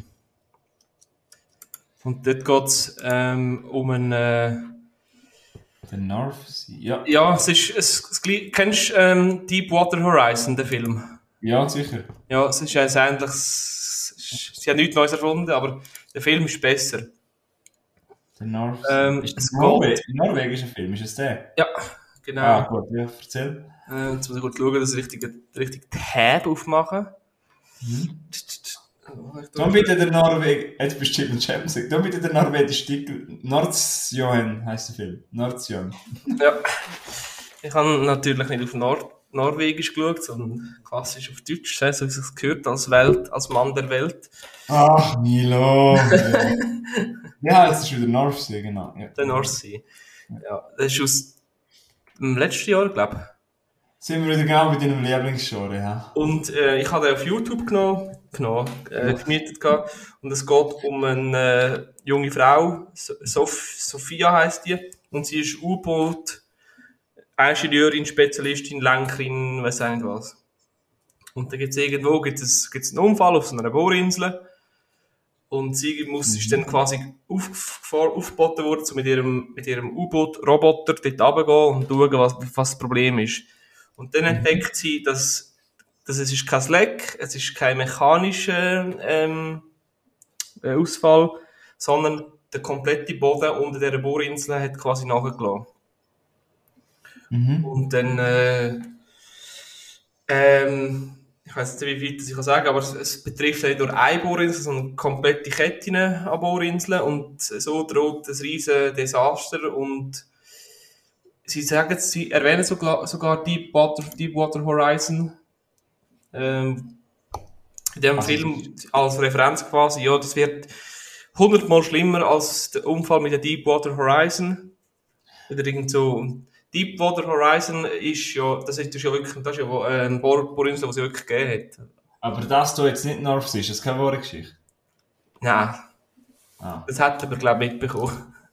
S1: Und dort geht es ähm, um einen... Äh,
S2: The North Sea, ja.
S1: ja, es ist... Es, es, kennst du ähm, Deepwater Horizon, den Film?
S2: Ja, sicher.
S1: Ja, es ist ein ähnliches... Sie haben nichts Neues erfunden, aber der Film ist besser.
S2: The North Sea.
S1: Ähm,
S2: ist
S1: es
S2: das ein Norwe norwegischer Film, ist es der?
S1: Ja, genau.
S2: Ah, gut, ja, erzähl.
S1: Äh, jetzt muss ich kurz schauen, dass ich richtig, richtig Tab aufmache.
S2: Mhm. Dann bitte der Norweg... Jetzt bist du Chip und Champions. Dann bitte der norwegische Titel... Nordsjön heisst der Film. Nordsjön.
S1: Ja. Ich habe natürlich nicht auf Nord Norwegisch geschaut, sondern klassisch auf Deutsch, so wie es sich gehört, als Welt, als Mann der Welt.
S2: Ach, Milo. Ja, es ist wieder Northsee, genau. Ja.
S1: Der North Sea. Ja, das ist aus dem letzten Jahr, glaube ich.
S2: Sind wir wieder genau bei deinem Lieblingsgenre, ja?
S1: Und äh, ich habe den auf YouTube genommen, genommen äh, gemietet gehabt. Und es geht um eine äh, junge Frau, so Sof Sophia heisst die. Und sie ist U-Boot-Ingenieurin, Spezialistin, Lenkerin, weiss auch nicht was. Und da gibt es irgendwo gibt's es, gibt's einen Unfall auf so einer Bohrinsel. Und sie muss, ist dann quasi auf, aufgeboten worden, so mit ihrem, mit ihrem U-Boot-Roboter dort runtergehen und schauen, was, was das Problem ist. Und dann entdeckt sie, dass, dass es ist kein Leck, es ist kein mechanischer ähm, äh, Ausfall, sondern der komplette Boden unter dieser Bohrinsel hat quasi nachgelassen.
S2: Mhm.
S1: Und dann, äh, ähm, ich weiss nicht, wie weit ich kann sagen, aber es, es betrifft nicht nur eine Bohrinsel, sondern komplette Ketten an Bohrinseln und so droht ein riesen Desaster und sie sagen, sie erwähnen sogar, sogar Deepwater, Deepwater Horizon ähm, in dem
S2: Also,
S1: Film als Referenz quasi. Ja, das wird hundertmal schlimmer als der Unfall mit der Deepwater Horizon. Oder irgend so. Deepwater Horizon ist ja, das ist ja wirklich, das ist ja äh, ein Bohr, Bohrinsel, was es wirklich gegeben hat.
S2: Aber das hier jetzt nicht Northsee, ist das keine wahre Geschichte?
S1: Nein,
S2: Ah.
S1: das hat aber glaube ich mitbekommen.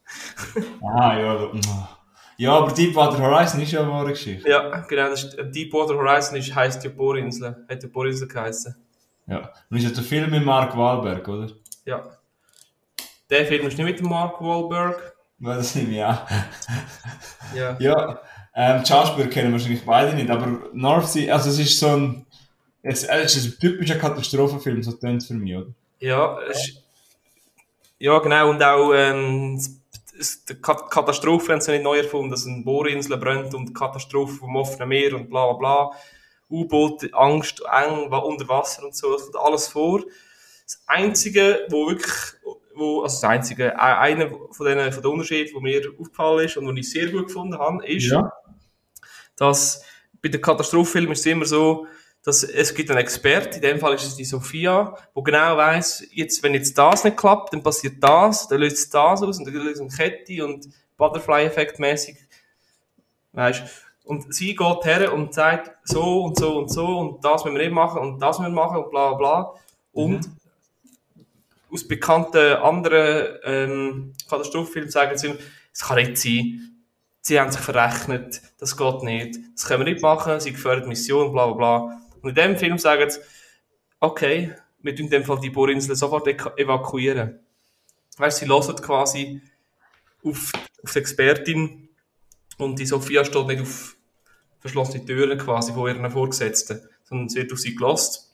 S2: Ah, ja. Da, ja, aber Deepwater Horizon ist ja eine wahre Geschichte.
S1: Ja, genau, das ist, Deepwater Horizon ist, heisst ja Bohrinsel. Hat ja Bohrinsel geheißen.
S2: Ja. Und ist ja der Film mit Mark Wahlberg, oder?
S1: Ja. Der Film ist nicht mit dem Mark Wahlberg.
S2: Ja, das nehme ich auch.
S1: Ja.
S2: Ja, ähm, die Schauspieler kennen wahrscheinlich beide nicht, aber North Sea, also es ist so ein, es, es ist ein typischer Katastrophenfilm, so tönt es für mich, oder?
S1: Ja, es, ja, genau, und auch ähm, es, die Katastrophe haben sie nicht neu erfunden, dass eine Bohrinsel brennt und die Katastrophe vom offenen Meer und bla bla bla. U-Boote, Angst, eng, unter Wasser und so, das kommt alles vor. Das Einzige, wo wirklich, wo, also das Einzige, einer von den, von den Unterschieden, der mir aufgefallen ist und den ich sehr gut gefunden habe, ist,
S2: Ja.
S1: dass bei den Katastrophenfilmen ist es immer so, dass es gibt einen Experten, in dem Fall ist es die Sophia, die genau weiss, jetzt, wenn jetzt das nicht klappt, dann passiert das, dann löst es das aus und dann löst es eine Kette und Butterfly-Effekt mäßig, weißt. Und sie geht her und sagt, so und so und so und das müssen wir nicht machen und das müssen wir machen und bla bla. Und mhm. aus bekannten anderen ähm, Katastrophenfilmen sagen sie, es kann nicht sein, sie haben sich verrechnet, das geht nicht, das können wir nicht machen, sie gefährden die Mission, bla bla bla. Und in diesem Film sagen sie, okay, wir tun in dem Fall die Bohrinsel sofort evakuieren. Weißt, sie hören quasi auf, auf die Expertin und die Sophia steht nicht auf verschlossene Türen quasi von ihren Vorgesetzten, sondern sie wird auf sie gelassen.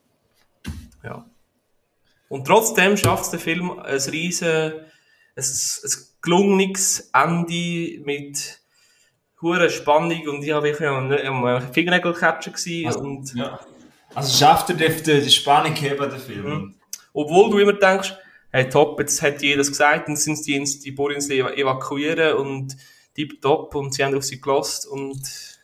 S1: Ja. Und trotzdem schafft es der Film ein riesen, ein, ein gelungenes Ende mit hoher Spannung und ich war wirklich am Fingernägelcatcher gewesen.
S2: Also,
S1: und
S2: ja. Also schafft er die, die Spannung heben, der Film. Mhm.
S1: Obwohl du immer denkst, hey top, jetzt hat jeder das gesagt, dann sind die die Bohrinsel evakuieren und tipptopp und sie haben auf sie gelassen und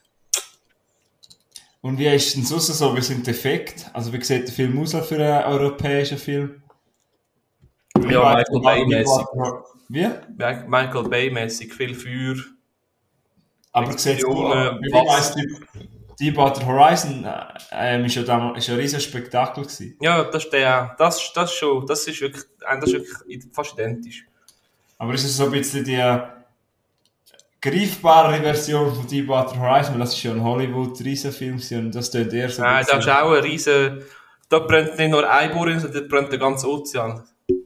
S2: Und wie ist denn sonst so, wie sind die Effekte? Also wie sieht der Film aus für einen europäischen Film?
S1: Ja, Michael Bay-mäßig.
S2: Wie?
S1: Michael Bay-mäßig, viel Feuer.
S2: Aber sieht du, wie weiss, Deepwater Horizon äh, ist ja damals ist ja ein riesiges Spektakel gewesen.
S1: Ja, das ist der, das, das schon, das ist wirklich, das ist wirklich fast identisch.
S2: Aber ist es so ein bisschen die greifbare Version von Deepwater Horizon, weil das ist ja ein Hollywood-Riesenfilm und das tut eher so.
S1: Nein, das ist auch ein riesen, da brennt nicht nur ein Bohrinsel, da brennt der ganze Ozean.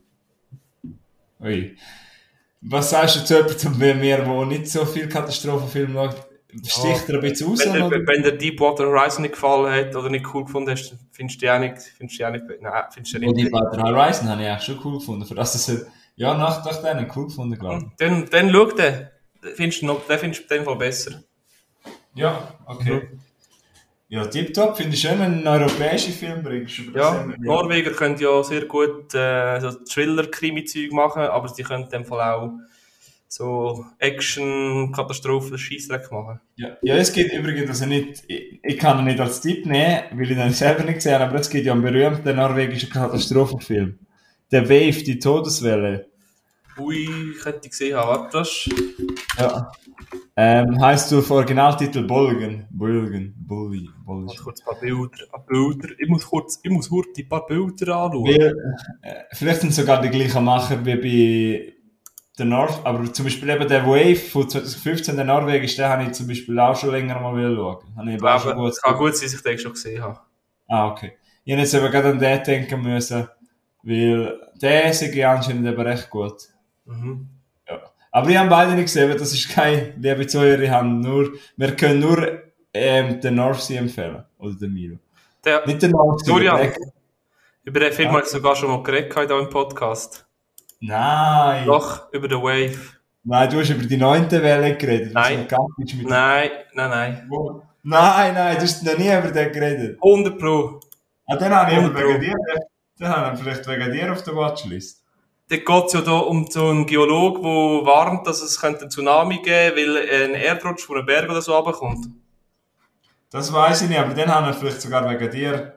S2: Ui. Was sagst du zu jemandem wie mir, der nicht so viel Katastrophenfilme macht? Sticht er ein bisschen raus?
S1: Wenn der,
S2: oder?
S1: wenn der Deepwater Horizon nicht gefallen hat oder nicht cool gefunden hast, findest du die auch nicht, findest du die auch nicht, nein, findest du nicht.
S2: Und Deepwater Horizon habe ich auch schon cool gefunden, für das es, ja, nach, nach denen cool gefunden, glaube ich.
S1: Dann, dann schau den, findest du noch, den findest du in dem Fall besser.
S2: Ja, okay. Mhm. Ja, tipptopp, finde ich schön, wenn du einen europäischen Film bringst.
S1: Ja, Norweger können ja sehr gut äh, so Thriller-Krimi-Zeug machen, aber sie können in dem Fall auch so Action, Katastrophen, Scheissdreck machen.
S2: Ja, ja, es gibt übrigens, also nicht, ich, ich kann ihn nicht als Tipp nehmen, weil ich den selber nicht gesehen habe, aber es gibt ja einen berühmten norwegischen Katastrophenfilm. Der Wave, die Todeswelle.
S1: Ui, ich hätte gesehen haben, warte, das
S2: ja. Ähm, heisst du auf Originaltitel Bolgen? Bolgen, Bolli, Bolli.
S1: Ich muss kurz ein paar Bilder, ein Bilder. Ich muss kurz, ich muss kurz ein paar Bilder anschauen.
S2: Weil, äh, vielleicht sind sogar die gleichen Macher wie bei der North, aber zum Beispiel eben der Wave von zwanzig fünfzehn, der Norwegisch, den habe ich zum Beispiel auch schon länger mal schauen. Habe ich auch schon gut
S1: es kann gut sein, dass ich den schon gesehen habe.
S2: Ah, okay. Ich habe jetzt aber gerade an den denken müssen, weil der ist ja anscheinend eben recht gut.
S1: Mhm.
S2: Ja. Aber ich habe beide nicht gesehen, das ist kein, liebe Zuhörer, ich habe nur, wir können nur ähm, den North Sea empfehlen. Oder den Milo.
S1: Der,
S2: nicht den North Sea.
S1: Dorian, über den Film ja. habe ich sogar schon mal geredet hier im Podcast.
S2: Nein.
S1: Doch, über den Wave.
S2: Nein, du hast über die neunte Welle geredet.
S1: Nein.
S2: Mit
S1: nein, nein, nein.
S2: Wo? Nein, nein, du hast noch nie über den geredet.
S1: hundert Pro.
S2: Ah, den habe ich aber wegen dir, den habe ich vielleicht wegen dir auf der Watchlist.
S1: Da geht es ja da um so einen Geologen, der warnt, dass es einen Tsunami geben könnte, weil ein Erdrutsch von einem Berg oder so runterkommt.
S2: Das weiss ich nicht, aber den habe ich vielleicht sogar wegen dir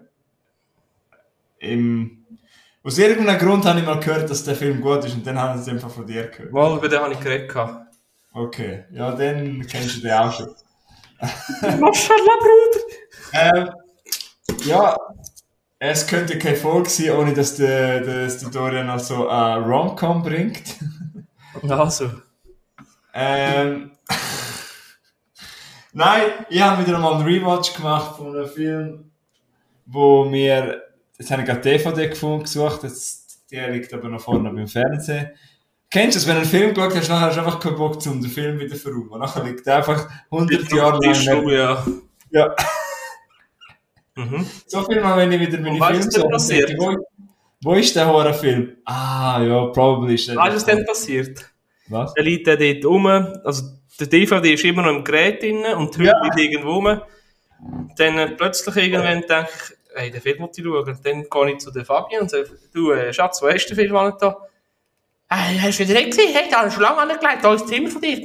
S2: im... Aus irgendeinem Grund habe ich mal gehört, dass der Film gut ist und dann habe ich es einfach von dir gehört.
S1: Mal, über den habe ich geredet.
S2: Okay, ja, dann kennst du den auch schon.
S1: Maschallah, Bruder!
S2: ähm, ja, es könnte keine Folge sein, ohne dass der, dass der Dorian also eine Rom-Com bringt.
S1: Also.
S2: Ähm. Nein, ich habe wieder einmal einen Rewatch gemacht von einem Film, wo mir, jetzt habe ich gerade D V D gefunden, gesucht, jetzt, die liegt aber noch vorne beim Fernsehen. Kennst du das, wenn du einen Film geschaut hast, nachher hast du einfach keinen Bock, um den Film wieder zu verräumen. Nachher liegt er einfach hundert Jahre lang.
S1: Ja.
S2: Ja.
S1: Mhm.
S2: So viel mal, wenn ich wieder meine Filme
S1: so passiert?
S2: Wo, wo ist der Horrorfilm? Ah, ja, probably ist der.
S1: Was ist denn passiert?
S2: Was?
S1: Der liegt dort rum, also der D V D ist immer noch im Gerät drin und die Hülle
S2: Ja.
S1: liegt irgendwo rum. Dann äh, plötzlich irgendwann denke ich, hey, den Film muss ich schauen. Und dann gehe ich zu der Fabi und sage, du, äh, Schatz, wo hast du den Film an da? Hey, hast du wieder nicht gesehen? Hey, da hast du schon lange angelegt, da ist das Zimmer von dir.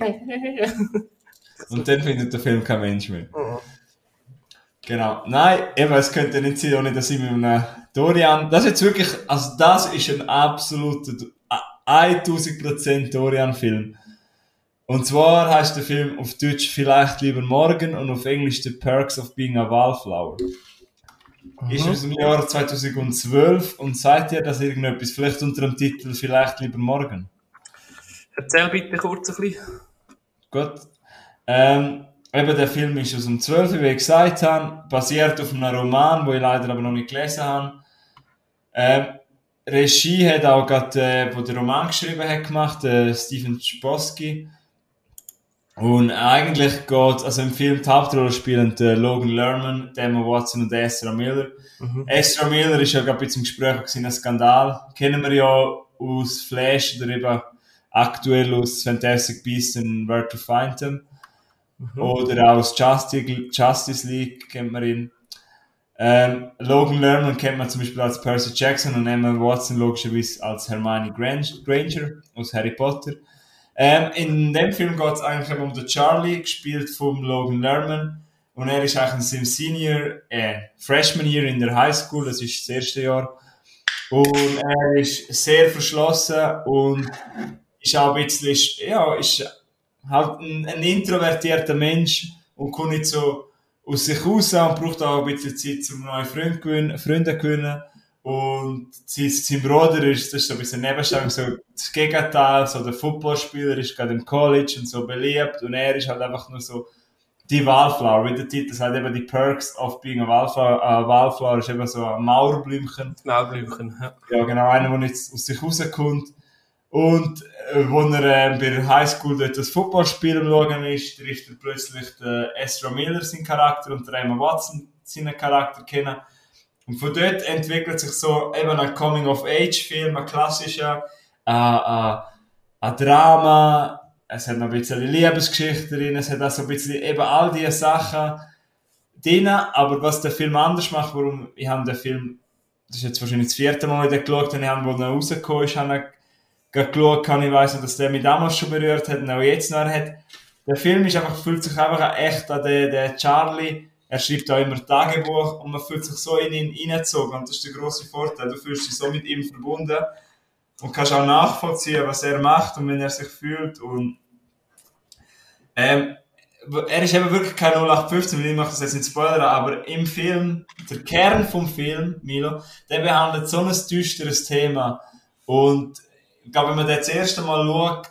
S2: Und dann findet der Film kein Mensch mehr.
S1: Oh.
S2: Genau. Nein, eben, es könnte nicht sein, ohne dass ich mit einem Dorian, das ist jetzt wirklich, also das ist ein absoluter tausend Prozent Dorian-Film. Und zwar heißt der Film auf Deutsch Vielleicht lieber morgen und auf Englisch The Perks of Being a Wallflower. Mhm. Ist aus dem Jahr zweitausendzwölf und sagt ihr das irgendetwas, vielleicht unter dem Titel Vielleicht lieber morgen?
S1: Erzähl bitte kurz ein bisschen.
S2: Gut. Ähm, eben der Film ist aus dem zwölf, wie ich gesagt habe, basiert auf einem Roman, den ich leider aber noch nicht gelesen habe. Ähm, Regie hat auch gerade, äh, wo der Roman geschrieben hat, gemacht, äh, Steven Chbosky. Und eigentlich geht, also im Film die Hauptrolle spielen äh, Logan Lerman, Emma Watson und Ezra Miller. Mhm. Ezra Miller ist ja gerade ein bisschen im Gespräch gewesen, ein Skandal. Kennen wir ja aus Flash oder eben aktuell aus Fantastic Beasts and Where to Find Them. Mhm. Oder auch aus Justice, Justice League kennt man ihn. Ähm, Logan Lerman kennt man zum Beispiel als Percy Jackson und Emma Watson logischerweise als Hermione Granger aus Harry Potter. Ähm, in dem Film geht es eigentlich um den Charlie, gespielt von Logan Lerman. Und er ist eigentlich in seinem Senior, äh, Freshman Year in der High School, das ist das erste Jahr. Und er ist sehr verschlossen und ist auch ein bisschen, ja, ist halt ein, ein introvertierter Mensch und kommt nicht so aus sich raus und braucht auch ein bisschen Zeit, um neue Freunde, gewinnen, Freunde zu gewinnen. Und sein, sein Bruder ist, das ist so ein bisschen Nebenstellung, so das Gegenteil, so der Footballspieler ist gerade im College und so beliebt und er ist halt einfach nur so die Wallflower, wie der Titel sagt, eben die Perks of being a Wallflower. Äh, Wallflower ist eben so ein Mauerblümchen.
S1: Mauerblümchen, ja.
S2: Ja, genau, einer, der nicht aus sich rauskommt. Und äh, wo er äh, bei der Highschool dort das Footballspiel am Schauen ist, trifft er plötzlich den Ezra Miller, seinen Charakter, und den Emma Watson, seinen Charakter kennen. Und von dort entwickelt sich so eben ein Coming-of-Age-Film, ein klassischer, äh, äh, ein Drama, es hat noch ein bisschen Liebesgeschichte drin, es hat auch so ein bisschen eben all diese Sachen drin, aber was der Film anders macht, warum ich habe den Film, das ist jetzt wahrscheinlich das vierte Mal, den geschaut habe, ich habe, wo er rausgekommen ist, habe ich geschaut, kann ich weiss, dass der mich damals schon berührt hat und auch jetzt noch hat. Der Film ist einfach, fühlt sich einfach echt an den, den Charlie. Er schreibt auch immer Tagebuch und man fühlt sich so in ihn hineingezogen. Und das ist der grosse Vorteil. Du fühlst dich so mit ihm verbunden und kannst auch nachvollziehen, was er macht und wenn er sich fühlt. Und ähm, er ist eben wirklich kein null acht fünfzehn, weil ich mache das jetzt nicht spoilern, aber im Film, der Kern vom Film, Milo, der behandelt so ein düsteres Thema. Und ich glaube, wenn man das, das erste Mal schaut,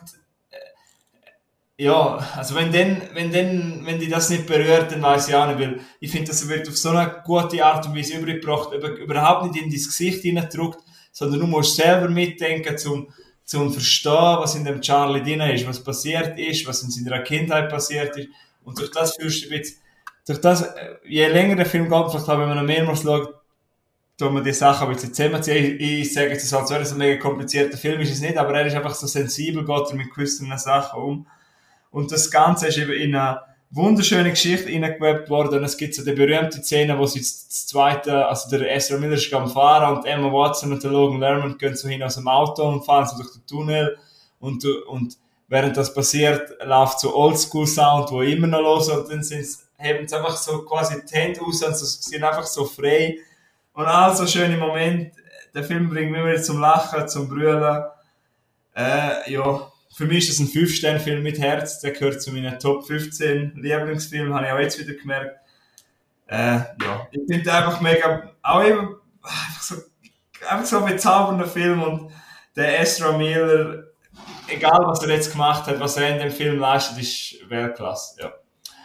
S2: ja, also wenn denn, wenn denn, wenn die das nicht berührt, dann weiss ich auch nicht, weil ich finde, das wird auf so eine gute Art und Weise übergebracht, überhaupt nicht in dein Gesicht hineindrückt, sondern du musst selber mitdenken, zum, zum verstehen, was in dem Charlie drin ist, was passiert ist, was in seiner Kindheit passiert ist, und durch das fühlst du ein bisschen, durch das, je länger der Film geht, vielleicht auch wenn man noch mehrmals schaut, tun wir die Sachen ein bisschen zusammenziehen. Ich, ich sage jetzt, als wäre es ein mega komplizierter Film, ist es nicht, aber er ist einfach so sensibel, geht er mit gewissen Sachen um. Und das Ganze ist eben in eine wunderschöne Geschichte hineingewebt worden. Und es gibt so die berühmte Szene, wo sie das zweite, also der Ezra Miller ist am Fahren und Emma Watson und der Logan Lerman gehen so hin aus dem Auto und fahren so durch den Tunnel. Und, und während das passiert, läuft so Oldschool-Sound, wo immer noch los, und dann sind's, heben sie einfach so quasi die Hände raus und so, sind einfach so frei. Und all so schöne Momente. Der Film bringt mich immer zum Lachen, zum Brüllen. Äh, ja. Für mich ist das ein fünf Sterne Film mit Herz. Der gehört zu meinen Top fünfzehn Lieblingsfilmen, habe ich auch jetzt wieder gemerkt. Äh, ja. Ich finde einfach mega, auch eben, einfach so, einfach so ein bezaubernder Film, und der Ezra Miller, egal was er jetzt gemacht hat, was er in dem Film leistet, ist Weltklasse, ja.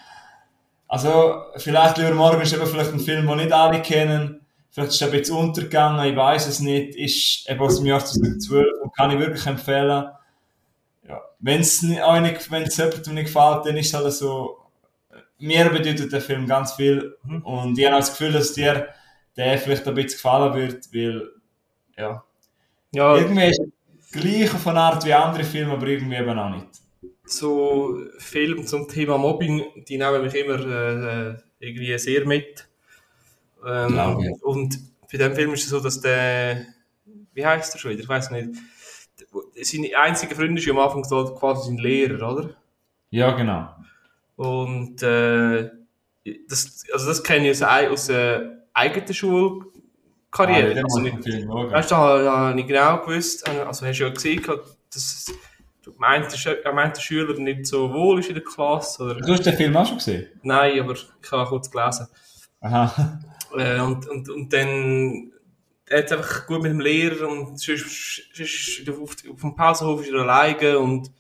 S2: Also, vielleicht Lieber Morgen ist eben vielleicht ein Film, den nicht alle kennen. Vielleicht ist er ein bisschen untergegangen, ich weiß es nicht. Ist eben aus dem Jahr zweitausendzwölf und kann ich wirklich empfehlen. Ja. Wenn es euch nicht, wenn es jemandem nicht gefällt, dann ist es halt so, mir bedeutet der Film ganz viel. Mhm. Und ich habe das Gefühl, dass dir der vielleicht ein bisschen gefallen wird, weil, ja. ja. Irgendwie ist es gleich von Art wie andere Filme, aber irgendwie eben auch nicht.
S1: So Filme zum Thema Mobbing, die nehmen mich immer äh, irgendwie sehr mit. Ähm, Glaube ich. Und bei diesem Film ist es so, dass der, wie heisst der schon wieder, ich weiß nicht, seine einzige Freundin ist ja am Anfang so quasi sein Lehrer, oder?
S2: Ja, genau.
S1: Und äh, das, also das kenne ich aus, aus der eigenen Schulkarriere. Ah, ja, also nicht, Film, okay. Weißt du, da, da habe ich genau gewusst, also hast du ja gesehen, dass du meint, er meint der Schüler nicht so wohl ist in der Klasse. Oder?
S2: Du hast den Film auch schon gesehen?
S1: Nein, aber ich habe kurz gelesen.
S2: Aha.
S1: Äh, und, und, und dann er hat einfach gut mit dem Lehrer und sonst, sonst auf, auf dem Pausenhof ist er alleine und,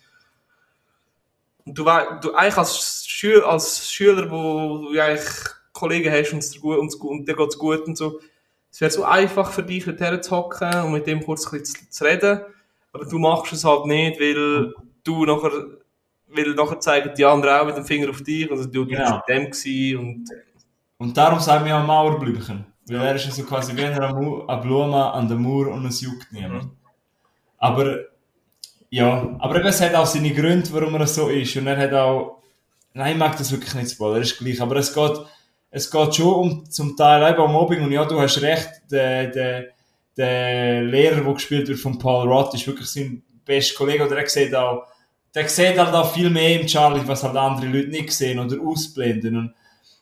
S1: und du, du eigentlich als Schüler, als Schüler, wo du eigentlich Kollegen hast und, es dir gut, und, und dir geht es gut und so, es wäre so einfach für dich, dorthin zu hocken und mit dem kurz ein bisschen zu, zu reden. Aber du machst es halt nicht, weil du nachher, weil nachher zeigen die anderen auch mit dem Finger auf dich, also du, du
S2: genau.
S1: bist mit dem gewesen und...
S2: Und darum sagen wir auch Mauerblümchen. Weil er ist so quasi wie eine, eine Blume an der Mauer und es juckt niemand. Mhm. Aber, ja, aber es hat auch seine Gründe, warum er so ist. Und er hat auch, nein, ich mag das wirklich nicht spoilern, er ist gleich. Aber es geht, es geht schon um, zum Teil eben um Mobbing. Und ja, du hast recht, der, der, der Lehrer, der gespielt wird von Paul Rudd, ist wirklich sein bester Kollege. Oder er sieht auch, der sieht halt auch viel mehr im Charlie, was halt andere Leute nicht sehen oder ausblenden. Und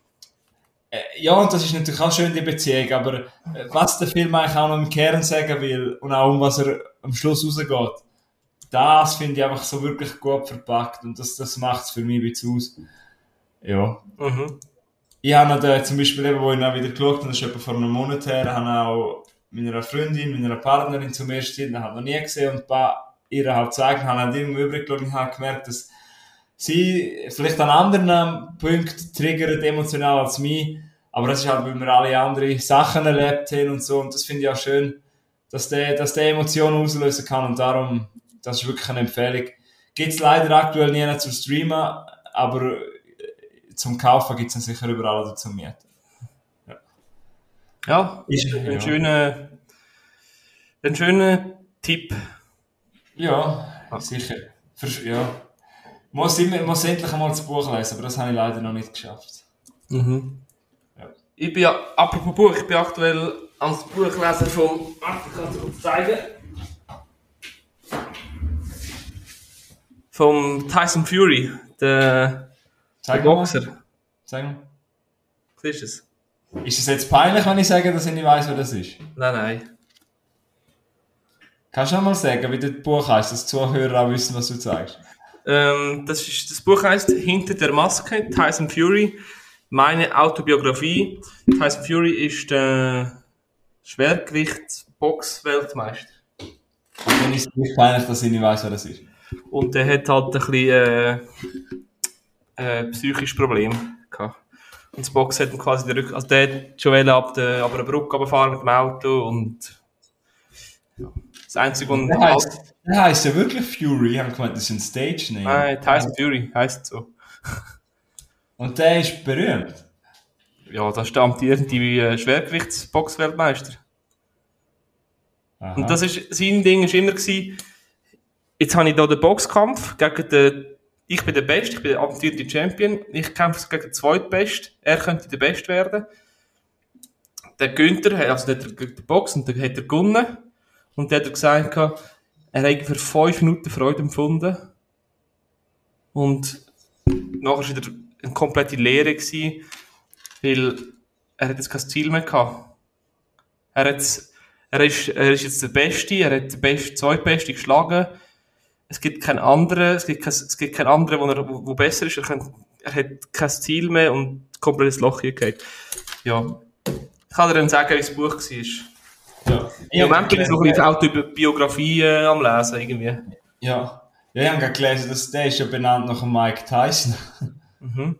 S2: äh, ja, und das ist natürlich auch schön, die Beziehung. Aber äh, was der Film eigentlich auch noch im Kern sagen will und auch um was er am Schluss rausgeht, das finde ich einfach so wirklich gut verpackt. Und das, das macht es für mich ein bisschen aus. Ja. Mhm. Ich habe noch den, zum Beispiel, eben, wo ich noch wieder geschaut habe, das ist etwa vor einem Monat her, habe auch meiner Freundin, meiner Partnerin zum ersten Mal, habe noch nie gesehen und bei ihr halt zeigen, habe halt irgendwie übrig geschaut und habe gemerkt, dass sie vielleicht an anderen Punkten triggert emotional als mich, aber das ist halt, weil wir alle andere Sachen erlebt haben und so, und das finde ich auch schön, dass der, dass der Emotionen auslösen kann und darum, das ist wirklich eine Empfehlung. Gibt es leider aktuell nie zum Streamen, aber zum Kaufen gibt es dann sicher überall oder zum Mieten.
S1: Ja, ist ein, ja. Schöner, ein schöner Tipp.
S2: Ja, ah. sicher. Für, ja. Muss, immer, muss endlich einmal das Buch lesen, aber das habe ich leider noch nicht geschafft.
S1: Mhm. Ja. Ich bin ja, apropos Buch, ich bin aktuell als Buchleser vom, ach, ich kann es dir zeigen, vom Tyson Fury, der, der Boxer.
S2: Mal. Sag mal.
S1: Siehst du es?
S2: Ist es jetzt peinlich, wenn ich sage, dass ich nicht weiss, wer das ist?
S1: Nein, nein.
S2: Kannst du noch mal sagen, wie das Buch heisst, dass die Zuhörer auch wissen, was du zeigst?
S1: Ähm, das, ist, das Buch heisst Hinter der Maske, Tyson Fury, meine Autobiografie. Tyson Fury ist der Schwergewichtsbox-Weltmeister.
S2: Dann ist es nicht peinlich, dass ich nicht weiss, wer das ist.
S1: Und der hat halt ein bisschen äh, äh, psychisches Problem gehabt. Und das Box hat ihm quasi den Rücken, also der hat schon ab der, ab einer Brücke runterfahren mit dem Auto und ja, das Einzige, was...
S2: Der heisst, der heisst ja wirklich Fury, ich habe gemeint, das ist ein Stage-Name.
S1: Nein, Tyson Fury heisst so.
S2: Und der ist berühmt?
S1: Ja, da stammt irgendwie Schwergewichtsbox-Weltmeister. Und das ist, sein Ding war immer gewesen, jetzt habe ich hier den Boxkampf gegen den, ich bin der Beste, ich bin der amtierende Champion, ich kämpfe gegen den Zweitbesten, er könnte der Beste werden. Der Günther, also der, der Box, und der hat er gewonnen. Und der hat gesagt, er hat für fünf Minuten Freude empfunden. Und nachher war wieder eine komplette Leere gewesen, weil er hat jetzt kein Ziel mehr gehabt. Er, hat, er, ist, er ist jetzt der Beste, er hat den Best, Zweitbeste geschlagen. Es gibt keinen anderen, es gibt kein, es gibt keinen anderen, wo er, wo, wo besser ist. Er, kann, er hat kein Ziel mehr und komplettes Loch hier geht. Ja. Ich kann dir dann sagen, wie das Buch war. Ja. Im Moment bin ich noch ein bisschen Autobiografie äh, am Lesen, irgendwie.
S2: Ja. Ja, ich habe gerade gelesen, dass der ist ja benannt nach dem Mike Tyson.
S1: Mhm.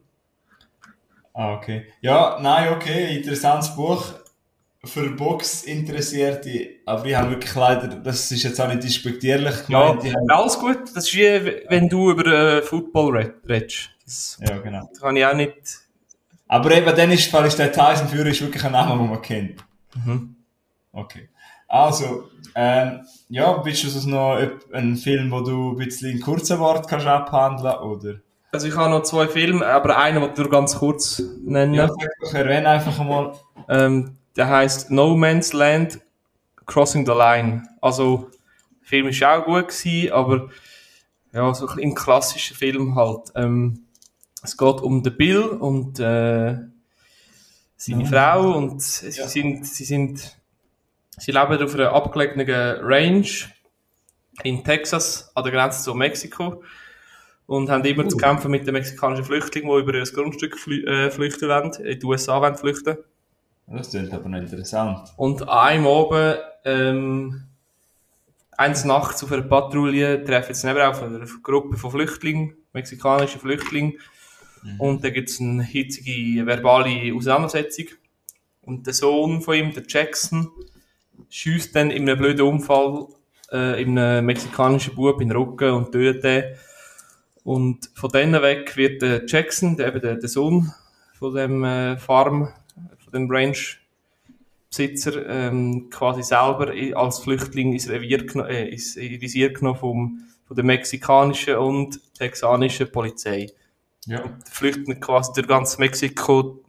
S2: Ah, okay. Ja, nein, okay, interessantes Buch für Box-Interessierte, aber ich habe wirklich leider, das ist jetzt auch nicht despektierlich
S1: Ja,
S2: gemeint, ich habe,
S1: alles gut. Das ist wie wenn du über äh, Football red- redest. Das
S2: ja, genau.
S1: kann ich auch nicht.
S2: Aber eben, dann ist, weil ich der Tyson-Führer ist wirklich ein Name, den man kennt.
S1: Mhm.
S2: Okay. Also, ähm, ja, willst du sonst noch einen Film, wo du ein bisschen in kurzen Wort kannst abhandeln, oder?
S1: Also ich habe noch zwei Filme, aber einen wollte ich nur ganz kurz nennen.
S2: Ja, sag doch, erwähne einfach einmal.
S1: Ähm, der heißt No Man's Land Crossing the Line. Also, der Film war auch gut gewesen, aber ja, so ein bisschen im klassischen Film halt. Ähm, es geht um den Bill und äh, seine
S2: No.
S1: Frau und sie
S2: Ja.
S1: sind, sie sind, sie leben auf einer abgelegenen Range in Texas an der Grenze zu Mexiko und haben immer
S2: Uh.
S1: zu kämpfen mit den mexikanischen Flüchtlingen, die über ein Grundstück flü äh, flüchten wollen, in die U S A wollen flüchten.
S2: Das klingt aber noch interessant.
S1: Und an einem oben, ähm, eines Nachts auf einer Patrouille treffen sie neben auf eine Gruppe von Flüchtlingen, mexikanischen Flüchtlingen. Mhm. Und da gibt es eine hitzige verbale Auseinandersetzung. Und der Sohn von ihm, der Jackson, schiesst dann in einem blöden Unfall äh, in einem mexikanischen Bub in den Rücken und tötet den. Und von denen weg wird der Jackson, der, eben der, der Sohn von dem äh, Farm, von dem Ranch-Besitzer, ähm, quasi selber als Flüchtling ins Revier genommen, äh, ins Visier genommen vom, von der mexikanischen und texanischen Polizei.
S2: Ja.
S1: Und flüchten quasi durch ganz Mexiko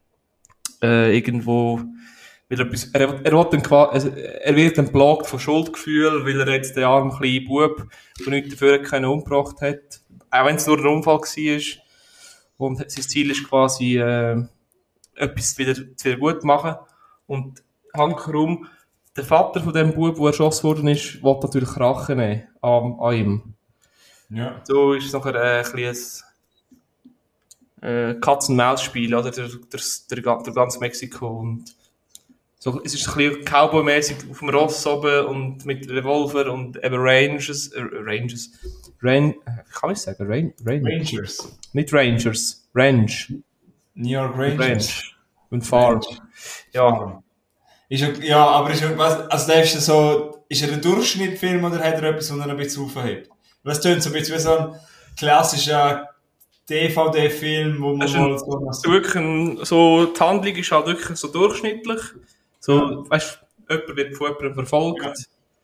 S1: äh, irgendwo, weil er, etwas, er, er, wird dann quasi, er wird dann plagt von Schuldgefühl, weil er jetzt den armen kleinen Bub von nichts dafür keinen umgebracht hat. Auch wenn es nur ein Unfall war. Und sein Ziel ist quasi, äh, etwas wieder, wieder gut machen. Und hankerum, der Vater von dem Bub, der erschossen worden ist, will natürlich Rache nehmen an, an ihm.
S2: Ja.
S1: So ist es nachher äh, ein bisschen ein äh, Katz-und-Maus-Spiel, oder? Durch, durch, durch, durch ganz Mexiko. Und so, es ist ein bisschen Cowboy-mäßig auf dem Ross oben und mit Revolver und eben Rangers, äh, Rangers, Ran, kann ich sagen? Rain, Rain,
S2: Rangers.
S1: Nicht Rangers, Range.
S2: New York Rangers.
S1: Range. Und Farm. Ja.
S2: Ist er, ja, aber ist er, was, also der ist so, ist er ein Durchschnittfilm oder hat er etwas, was er ein bisschen aufhebt? Weil es tönt so ein bisschen wie so ein klassischer D V D-Film, wo man
S1: Das ist
S2: mal
S1: ein,
S2: so...
S1: so, wirklich ein, so, die Handlung ist halt wirklich so durchschnittlich. So, ja. Weißt du, jemand wird von jemandem verfolgt. Ja.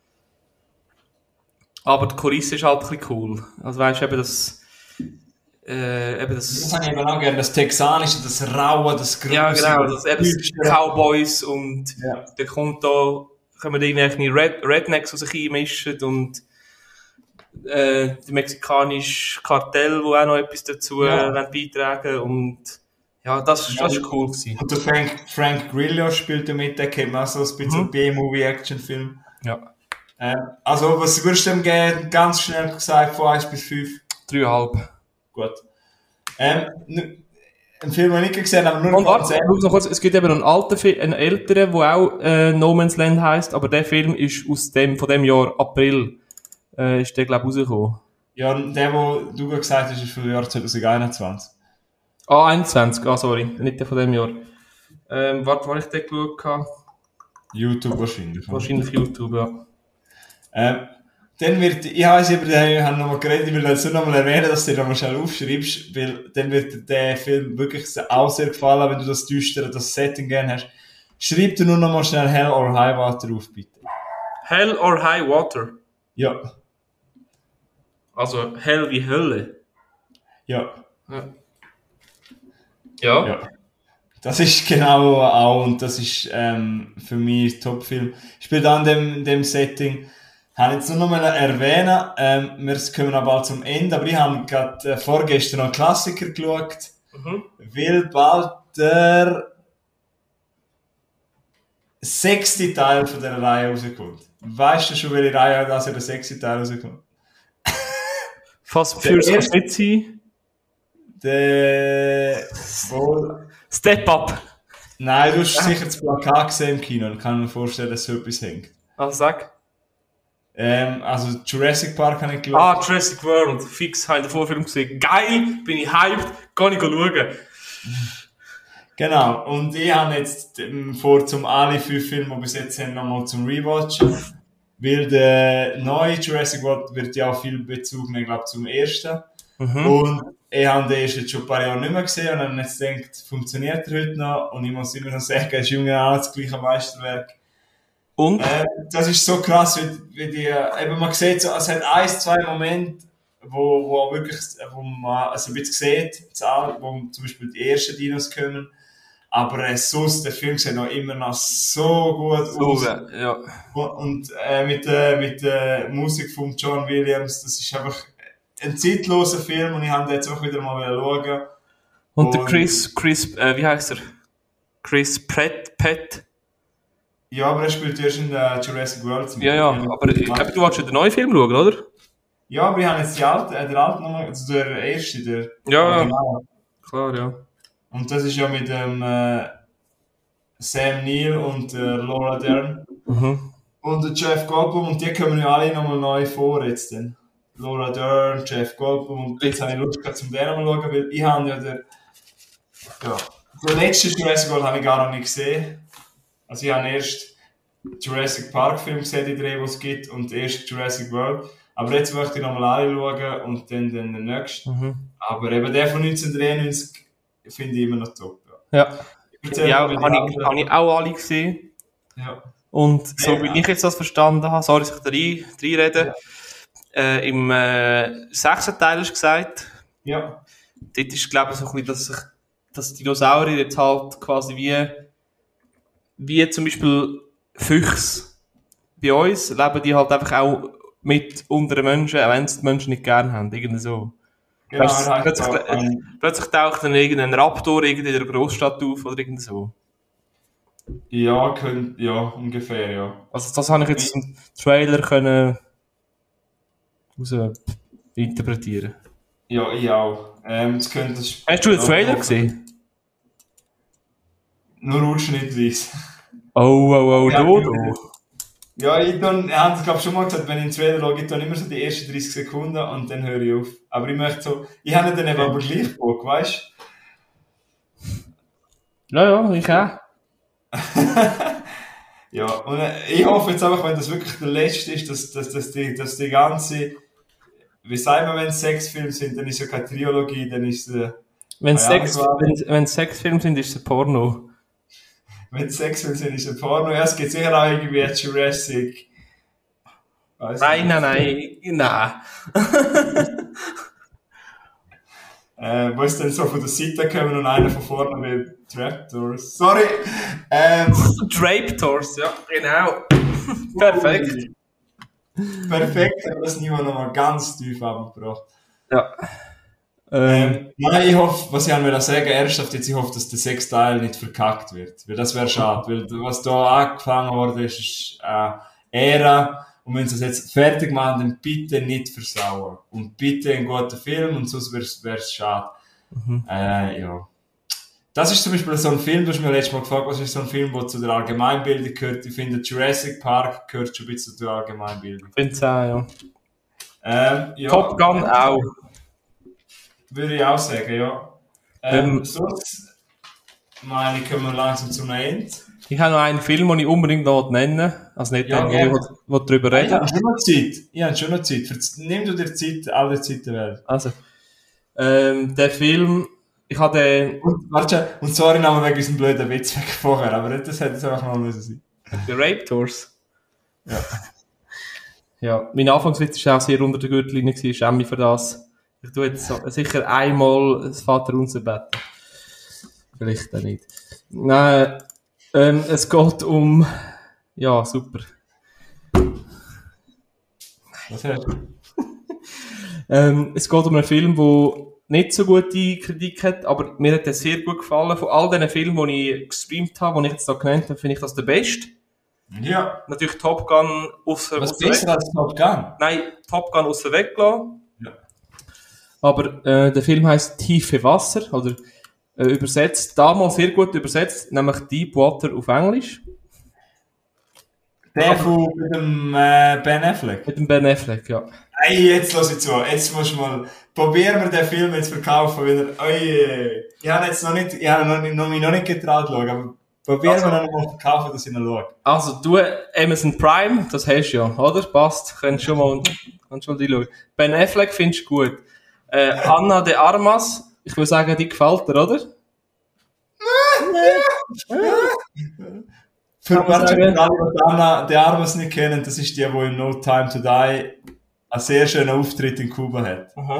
S1: Aber die Kulisse ist halt ein bisschen cool. Also weißt du, eben das... Äh, eben das...
S2: Das habe ich eben auch gerne, das Texanische, das Raue, das Grüße.
S1: Ja, genau, das eben das Cowboys und
S2: ja.
S1: dann kommt da, kommen da irgendwelche Red, Rednecks, die sich einmischen und äh, der mexikanische Kartell, wo auch noch etwas dazu ja. äh, beitragen und ja, das, ja, das ist cool gewesen.
S2: Und der Frank, Frank Grillo spielt mit, der kennt man auch so ein bisschen mhm. B-Movie-Action-Film.
S1: Ja.
S2: Ähm, also, was würdest du dem geben? Ganz schnell gesagt, von eins bis fünf?
S1: drei Komma fünf.
S2: Gut. Ähm, n- einen Film, den ich nicht gesehen habe, aber nur
S1: und warte, noch kurz, es gibt eben einen alten Film, einen älteren, der auch äh, No Man's Land heisst, aber der Film ist aus dem, von dem Jahr April, äh, ist der, glaube ich, rausgekommen.
S2: Ja, der, den du gesagt hast, ist für das Jahr zwanzig einundzwanzig.
S1: Ah, einundzwanzig, ah, sorry, nicht der von dem Jahr. Ähm, warte, wann ich den geschaut habe?
S2: YouTube wahrscheinlich.
S1: Wahrscheinlich YouTube, ja.
S2: Ähm, dann wird, ich weiss über den, ich habe nochmal geredet, ich will jetzt nur nochmal erwähnen, dass du dir nochmal schnell aufschreibst, weil dann wird der Film wirklich auch sehr gefallen, wenn du das düstere, das Setting gerne hast. Schreib dir nur nochmal schnell Hell or High Water auf, bitte.
S1: Hell or High Water?
S2: Ja.
S1: Also Hell wie Hölle?
S2: Ja.
S1: Ja. Ja.
S2: ja. Das ist genau auch, und das ist ähm, für mich Top-Film. Ich bin da in dem, dem Setting. Ich habe jetzt nur noch mal erwähnen, ähm, wir kommen auch bald zum Ende, aber ich habe gerade äh, vorgestern noch einen Klassiker geschaut, mhm. weil bald der sechste Teil von dieser Reihe rauskommt. Weißt du schon, welche Reihe das in der sechste Teil rauskommt?
S1: Fast für es nicht sein.
S2: Der... Wohl...
S1: Step Up!
S2: Nein, du hast sicher das Plakat gesehen im Kino, dann kann ich mir vorstellen, dass so etwas hängt.
S1: Also sag.
S2: Ähm, also Jurassic Park habe ich geschaut.
S1: Ah, Jurassic World. Fix, habe ich den Vorfilm gesehen. Geil, bin ich hyped, kann ich schauen.
S2: Genau, und ich habe jetzt ähm, vor, zum alle fünf Filme, die bis jetzt sind, nochmal zum Rewatchen. Weil der neue Jurassic World wird ja auch viel Bezug nehmen, glaube ich, zum ersten.
S1: Mhm.
S2: Und ich habe den ersten schon ein paar Jahre nicht mehr gesehen und habe jetzt gedacht, funktioniert er heute noch? Und ich muss immer noch sagen, es ist junge auch das gleiche Meisterwerk.
S1: Und?
S2: Äh, das ist so krass, wie, wie die, eben man sieht, so, es hat ein, zwei Momente, wo, wo wirklich, wo man also ein bisschen sieht, wo zum Beispiel die ersten Dinos kommen. Aber äh, sonst, der Film sieht noch immer noch so gut
S1: so,
S2: aus.
S1: Ja.
S2: Und äh, mit der mit der Musik von John Williams, das ist einfach ein zeitloser Film und ich habe den jetzt auch wieder mal schauen.
S1: Und, und der Chris, Chris, äh, wie heißt er? Chris Pratt, Pratt.
S2: Ja, aber er spielt erst in der Jurassic World.
S1: Ja, ja, aber ich glaube, du wolltest den neuen Film schauen, oder?
S2: Ja, aber ich habe jetzt die alte, äh, der alte nochmal, also der erste, der...
S1: Ja, genau. Klar, ja.
S2: Und das ist ja mit dem äh, Sam Neill und äh, Laura Dern.
S1: Mhm.
S2: Und der Jeff Goldblum, und die kommen ja alle nochmal neu vor jetzt dann. Laura Dern, Jeff Goldblum, und jetzt habe ich Lust gehabt, zum den nochmal schauen, weil ich habe ja der... Ja, den letzten Jurassic World habe ich gar noch nicht gesehen. Also ich habe erst Jurassic Park Film gesehen, die drei, die es gibt, und erst Jurassic World. Aber jetzt möchte ich nochmal alle schauen und dann, dann den nächsten.
S1: Mhm.
S2: Aber eben der von neunzehnhundertdreiundneunzig finde ich immer noch top.
S1: Ja, ja. Ja, habe ich, hab ich auch alle gesehen.
S2: Ja.
S1: Und so ja, wie ja. ich jetzt das verstanden habe, sorry, dass ich da reinrede, ja. äh, im äh, sechsten Teil hast du gesagt,
S2: ja.
S1: Dort ist, glaube ich, so ein bisschen, dass sich dass Dinosaurier jetzt halt quasi wie wie zum Beispiel Füchse bei uns, leben die halt einfach auch mit unter den Menschen, auch wenn sie die Menschen nicht gerne haben, irgendwie so.
S2: Genau,
S1: weißt,
S2: das
S1: plötzlich,
S2: auch, ähm,
S1: plötzlich taucht dann irgendein Raptor irgendwie in der Großstadt auf oder irgendwie so.
S2: Ja, könnt, ja, ungefähr, ja.
S1: Also das habe ich jetzt im Trailer können raus interpretieren.
S2: Ja, ich auch. Ähm, das könnte, das
S1: Hast du den Trailer ja, gesehen?
S2: Nur ausschnittweise.
S1: Oh, oh, oh,
S2: ja,
S1: du, du.
S2: Ja, ich habe es glaube schon mal gesagt, wenn ich in den Trailer schaue, ich dann immer so die ersten dreißig Sekunden und dann höre ich auf. Aber ich möchte so, ich habe ihn dann eben aber gleich Bock, weißt
S1: du? Ja, ja, ich auch.
S2: Ja, und äh, ich hoffe jetzt einfach, wenn das wirklich der letzte ist, dass, dass, dass, die, dass die ganze, wie sagen wir, wenn es Sexfilme sind, dann ist es ja keine Trilogie, dann ist es... Äh,
S1: wenn es Sex, wenn, Sexfilme sind, ist es ein Porno.
S2: Wenn es Sexfilme sind, ist es ein Porno. Ja, es gibt sicher auch irgendwie Jurassic... Weiss
S1: nein, nein, nein, nein,
S2: äh, wo es dann so von der Seite kommen und einer von vorne will Trapdoors. Sorry! Ähm,
S1: Trapdoors, ja, genau. Perfekt.
S2: Perfekt, hat das Niveau nochmal ganz tief abgebracht.
S1: Ja.
S2: Ähm, nein, ich hoffe, was ich an mir sagen, ernsthaft jetzt, ich hoffe, dass der sechste Teil nicht verkackt wird. Weil das wäre schade, weil was da angefangen worden ist, ist äh, Ära. Und wenn sie es jetzt fertig machen, dann bitte nicht versauen. Und bitte einen guten Film, und sonst wäre es schade. Mhm. Äh, ja. Das ist zum Beispiel so ein Film, du hast mir letztes Mal gefragt, was ist so ein Film, der zu der Allgemeinbildung gehört. Ich finde, Jurassic Park gehört schon ein bisschen zu der Allgemeinbildung.
S1: Ich finde es auch, ja.
S2: Ähm, ja.
S1: Top Gun auch.
S2: Würde ich auch sagen, ja. Ähm, ähm, sonst, meine ich, kommen wir langsam zum Ende.
S1: Ich habe noch einen Film, den ich unbedingt noch nennen will. Also nicht ja, den, wo ich darüber reden.
S2: Ich habe schon noch Zeit. Ich habe schon noch Zeit. Nimm du dir Zeit, alle Zeit der Welt.
S1: Also, ähm, der Film, ich habe den...
S2: Und, warte, und sorry nochmal wegen diesem blöden Witz weg vorher, aber das hätte es einfach mal müssen sein.
S1: Die Raptors?
S2: Ja.
S1: Ja, mein Anfangswitz war auch sehr unter der Gürtellinie, ich schäme mich für das. Ich tue jetzt so, sicher einmal das Vaterunser beten. Vielleicht auch nicht. Nein, ähm, es geht um... Ja, super.
S2: Was hast du?
S1: ähm, es geht um einen Film, der nicht so gute Kritik hat, aber mir hat er sehr gut gefallen. Von all diesen Filmen, die ich gestreamt habe, die ich jetzt da genannt habe, finde ich das der beste.
S2: Ja.
S1: Natürlich Top Gun ausser
S2: Was besser als Top Gun?
S1: Nein, Top Gun ausser weggelassen.
S2: Ja.
S1: Aber äh, der Film heisst Tiefe Wasser, oder äh, übersetzt, damals sehr gut übersetzt, nämlich Deep Water auf Englisch.
S2: Der von mit dem äh, Ben Affleck.
S1: Mit dem Ben Affleck, ja.
S2: Ey, jetzt lass ich zu. Jetzt musst du mal, probieren wir den Film jetzt verkaufen wieder. Oi, ich habe jetzt noch nicht, ich habe noch, nicht, noch, mich noch nicht getraut zu schauen, aber probieren
S1: Also-
S2: wir noch mal verkaufen, dass ich noch schaue.
S1: Also, du, Amazon Prime, das hast du ja, oder? Passt, kannst schon mal, kannst schon mal reinschauen. Ben Affleck findest du gut. Äh, Anna de Armas, ich würde sagen, die gefällt dir, oder?
S2: Für
S1: Kann man
S2: manche
S1: sagen.
S2: Leute, die Anna de Armas nicht kennen, das ist die, die in No Time to Die einen sehr schönen Auftritt in Kuba hat.
S1: Mhm.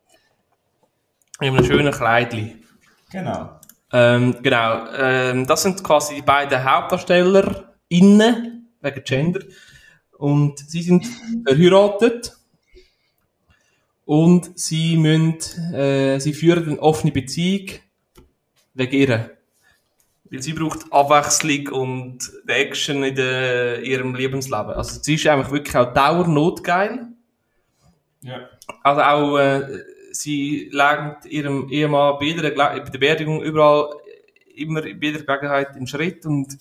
S1: In einem schönen Kleidli.
S2: Genau.
S1: Ähm, genau, ähm, das sind quasi die beiden HauptdarstellerInnen, wegen Gender. Und sie sind verheiratet. Und sie müssen, äh, sie führen eine offene Beziehung wegen ihr. Weil sie braucht Abwechslung und die Action in der, ihrem Lebensleben. Also sie ist einfach wirklich auch dauernotgeil.
S2: Ja.
S1: Also auch, äh, sie legt ihrem Ehemann bei jeder, Gle- bei der Beerdigung überall, immer bei jeder Gelegenheit im Schritt und,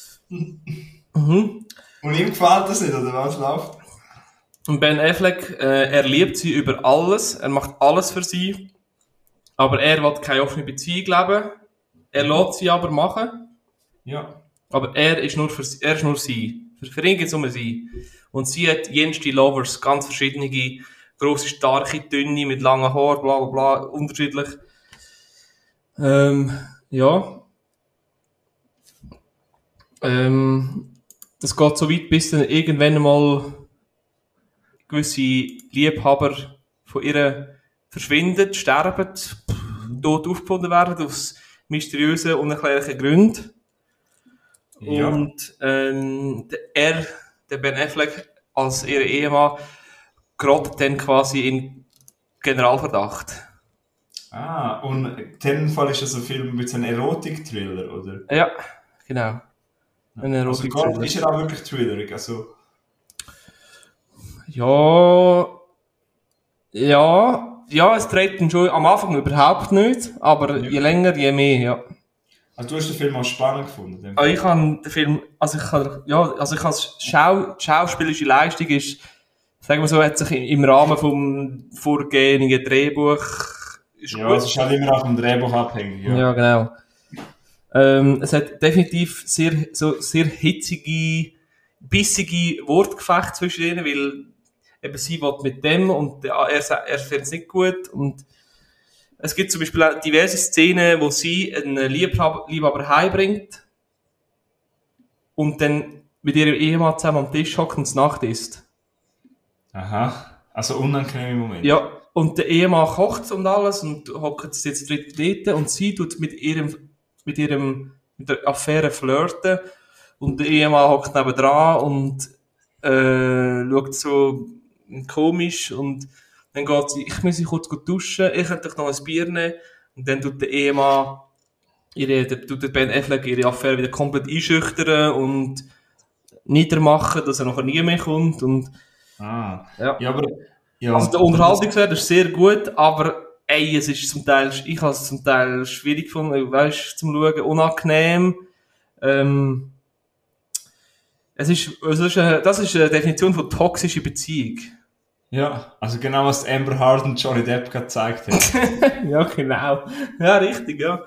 S1: mhm.
S2: Und ihm gefällt das nicht, oder was läuft?
S1: Und Ben Affleck, äh, er liebt sie über alles, er macht alles für sie, aber er will keine offene Beziehung leben, er lässt sie aber machen,
S2: Ja.
S1: aber er ist nur für sie, er ist nur sie. Für, für ihn geht es um sie. Und sie hat jenste Lovers, ganz verschiedene, grosse, starke, dünne, mit langen Haaren, bla bla bla, unterschiedlich. Ähm, ja. Ähm, das geht so weit, bis dann irgendwann mal gewisse Liebhaber von ihr verschwinden, sterben, tot aufgefunden werden, aus mysteriösen, unerklärlichen Gründen.
S2: Ja.
S1: Und ähm, der- er, der Ben Affleck, als ihr Ehemann, gerät dann quasi in Generalverdacht.
S2: Ah, und in dem Fall ist das ein Film mit so einem Erotik-Thriller, oder?
S1: Ja, genau. Ein
S2: Also
S1: Erotik
S2: Gott, ist er auch wirklich thrillerig, also...
S1: Ja, ja, ja, es trägt ihn schon am Anfang überhaupt nicht, aber
S2: Ja.
S1: je länger, je mehr, ja.
S2: Also du hast den Film auch spannend gefunden? in dem
S1: Aber
S2: Fall?
S1: ich habe den Film, also ich habe, ja, also ich habe Schau, die schauspielerische Leistung ist, sagen wir so, hat sich im Rahmen vom vorgehenden Drehbuch, ist
S2: Ja,
S1: gut.
S2: es ist halt immer auch vom Drehbuch abhängig, ja.
S1: Ja, genau. Ähm, es hat definitiv sehr, so, sehr hitzige, bissige Wortgefechte zwischen ihnen, weil eben sie will mit dem und der- er, sa- er findet es nicht gut und es gibt zum Beispiel auch diverse Szenen, wo sie einen Liebhaber, Liebhaber heimbringt und dann mit ihrem Ehemann zusammen am Tisch hockt und es Nacht isst.
S2: Aha, also unangenehme Moment.
S1: Ja, und der Ehemann kocht und alles und hockt jetzt dritt dort und sie tut mit ihrem, mit ihrem, mit der Affäre flirten und der Ehemann hockt nebendran und äh, schaut so komisch und dann geht sie, ich muss sie kurz gut duschen, ich könnte doch noch ein Bier nehmen und dann tut der Ehemann ihre, der, tut der Ben Affleck ihre Affäre wieder komplett einschüchtern und niedermachen, dass er nachher nie mehr kommt und
S2: Ah,
S1: ja.
S2: ja, aber... Ja,
S1: Also der Unterhaltungswert ist sehr gut, aber ey, es ist zum Teil, ich habe es zum Teil schwierig gefunden, weißt, zum Schauen, unangenehm. Ähm, es ist, es ist eine, das ist eine Definition von toxischer Beziehung.
S2: Ja, also genau was Amber Heard und Johnny Depp gerade gezeigt haben.
S1: Ja, genau. Ja, richtig, ja.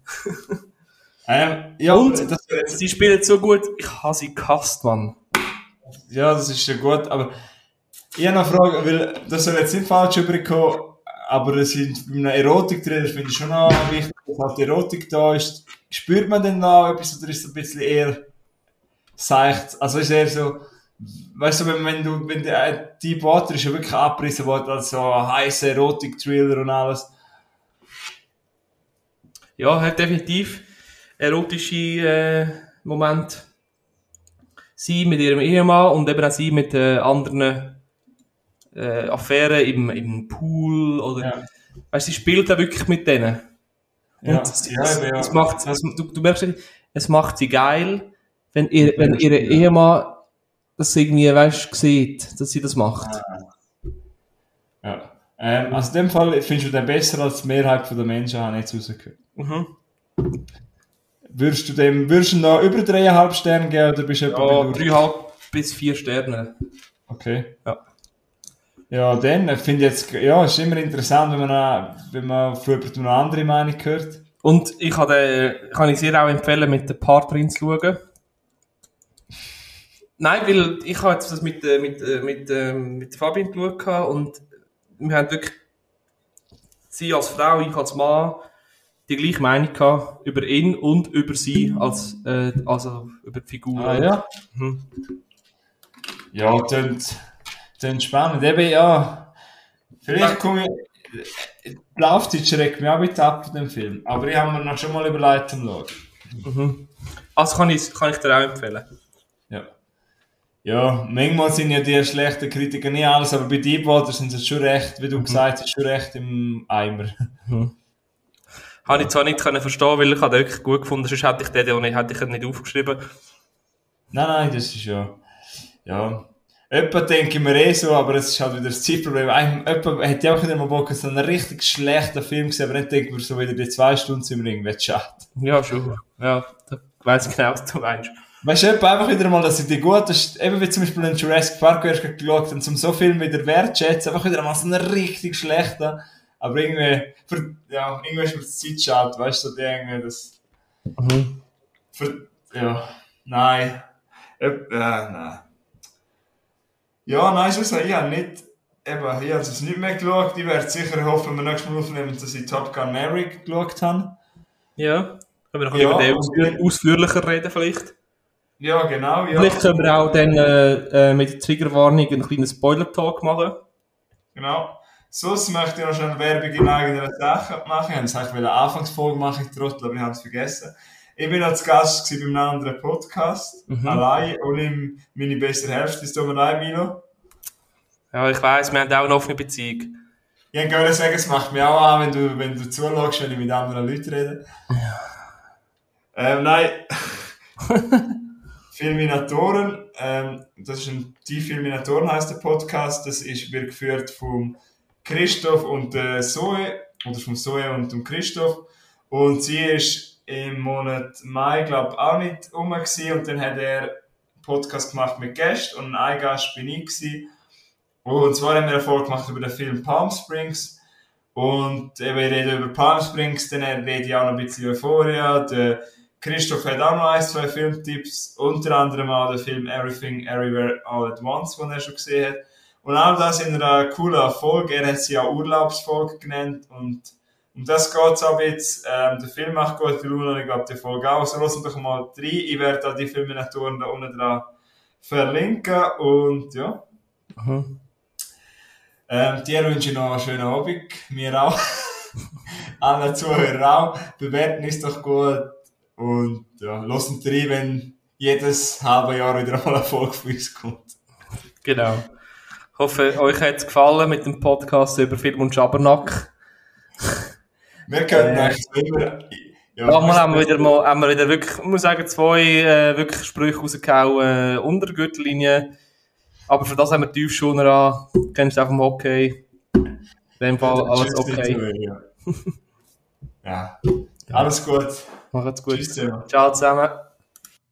S2: ähm, ja,
S1: Und
S2: das, das,
S1: sie spielen so gut, ich habe sie gehasst, Mann.
S2: ja, das ist ja gut, aber ich habe noch eine Frage, weil das soll jetzt nicht falsch überkommen, aber es sind bei einem Erotik-Trailer finde ich schon noch wichtig, dass halt die Erotik da ist. Spürt man denn da etwas oder ist es ein bisschen eher seicht? Also ist eher so, weißt du, wenn, wenn du, wenn der Deep Water ist ja wirklich abgerissen worden als so heiße Erotik-Thriller und alles.
S1: Ja, hat definitiv erotische äh, Momente. Sie mit ihrem Ehemann und eben auch sie mit äh, anderen äh, Affären im, im Pool oder
S2: Ja.
S1: weißt, sie spielt da wirklich mit denen. Und
S2: Ja,
S1: es,
S2: ja,
S1: es,
S2: eben, ja.
S1: es macht, es, du, du merkst, es macht sie geil, wenn ihr, wenn ihre Ehemann das irgendwie, weißt, sieht, dass sie das macht.
S2: Ja. Ähm, also in dem Fall findest du den besser als die Mehrheit der Menschen, habe ich jetzt rausgehört.
S1: Mhm.
S2: Würdest du dem, würdest du ihm noch über dreieinhalb Sterne geben oder bist du etwa
S1: Ja,
S2: bei nur-
S1: dreieinhalb, bis vier Sterne.
S2: Okay.
S1: Ja.
S2: Ja, dann, ich finde jetzt, ja, es ist immer interessant, wenn man, auch, wenn man von jemandem eine andere Meinung hört.
S1: Und ich kann, den, kann ich sehr auch empfehlen, mit der Partnerin zu schauen. Nein, weil ich habe jetzt das mit, äh, mit, äh, mit, äh, mit Fabian geschaut und wir haben wirklich, sie als Frau, ich als Mann, die gleiche Meinung gehabt über ihn und über sie als, äh, also über die Figur.
S2: Ah, ja?
S1: Mhm.
S2: Ja, klingt, klingt spannend. Eben, ja, vielleicht komme ich, die Laufzeit schreckt mich auch ein bisschen ab von dem Film, aber ich habe mir noch schon mal überlegt zum Schauen.
S1: Mhm. Also kann ich, kann ich dir auch empfehlen.
S2: Ja. Ja, manchmal sind ja die schlechten Kritiker nicht alles, aber bei Deepwater sind sie schon recht, wie du mhm. gesagt hast, schon recht im Eimer.
S1: Mhm. Habe ich zwar nicht können verstehen, weil ich den wirklich gut gefunden, sonst hätte ich den ja nicht, hätte ich ihn nicht aufgeschrieben.
S2: Nein, nein, das ist ja, ja. Jemand denke ich mir eh so, aber es ist halt wieder das Zeitproblem. Jemand hätte ja auch wieder mal Bock, so einen richtig schlechten Film gesehen, aber dann denke ich mir so wieder, die zwei Stunden sind mir irgendwie schade.
S1: Ja, schon. Ja, da weiss ich genau, was du meinst.
S2: Weißt du, einfach wieder mal, dass ich die gut, das eben wie zum Beispiel in Jurassic Park, wo ich geschaut habe, um so Film wieder wertschätzen, einfach wieder mal so einen richtig schlechten, aber irgendwie, für, ja, irgendwie ist mir das Zeit schade, weißt du, so irgendwie, das,
S1: mhm.
S2: für, ja, nein, äh, äh, nein. Ja, nein, sonst, ich habe nicht, eben, ich habe es nicht mehr geschaut, ich werde sicher hoffen, wir nächstes Mal aufnehmen, dass ich Top Gun Maverick geschaut habe.
S1: Ja, können wir noch
S2: ja,
S1: über den ausführ- ausführlicher reden vielleicht.
S2: Ja, genau, ja.
S1: Vielleicht können wir auch dann äh, mit der Triggerwarnung einen kleinen Spoiler-Talk machen.
S2: Genau. Sonst möchte ich noch schon Werbung in eigener Sache machen. Ich wollte es eigentlich eine Anfangsfolge machen, ich trottel, aber ich habe es vergessen. Ich bin als Gast bei einem anderen Podcast, mhm. allein, ohne meine bessere Hälfte. Ist mir leid, Milo?
S1: Ja, ich weiss, wir haben auch eine offene Beziehung.
S2: Ich wollte sagen, es macht mich auch an, wenn du, wenn du zuschaust, wenn ich mit anderen Leuten rede.
S1: Ja.
S2: Ähm, nein. Filminatoren, ähm, das ist ein, die Filminatoren heisst der Podcast, das ist, wird geführt von Christoph und äh, Zoe, oder von Zoe und dem Christoph, und sie ist im Monat Mai, glaube ich, auch nicht rum gewesen, und dann hat er einen Podcast gemacht mit Gästen, und ein Gast bin ich gewesen. Und zwar haben wir eine Folge gemacht über den Film Palm Springs, und eben, ich rede über Palm Springs, dann rede ich auch noch ein bisschen Euphoria, der Christoph hat auch noch ein, zwei Filmtipps, unter anderem auch den Film Everything, Everywhere, All at Once, den er schon gesehen hat. Und all das in einer coolen Folge. Er hat sie auch Urlaubsfolge genannt. Und um das geht es auch jetzt. Ähm, der Film macht gute Laune, ich glaube, die Folge auch. So, lassen doch mal rein. Ich werde auch die Filminatoren da unten dran verlinken. Und ja.
S1: Mhm.
S2: Ähm, dir wünsche ich noch einen schönen Abend. Mir auch. Allen Zuhörern auch. Bewerten ist doch gut. Und ja, lassen rein, wenn jedes halbe Jahr wieder einmal eine Folge von uns kommt.
S1: Genau. Ich hoffe, euch hat es gefallen mit dem Podcast über Film und Schabernack.
S2: Wir können äh, echt immer...
S1: Ja, ja mal haben wir wieder mal, haben wir wieder wirklich, ich muss sagen, zwei äh, wirklich Sprüche rausgehauen äh, unter der Gürtellinie. Aber für das haben wir Tiefschoner an. Kennst du auch vom Hockey. In dem Fall ja, alles okay.
S2: Ja. Ja, alles gut.
S1: Macht's gut.
S2: Tschüss zusammen.
S1: Ciao zusammen.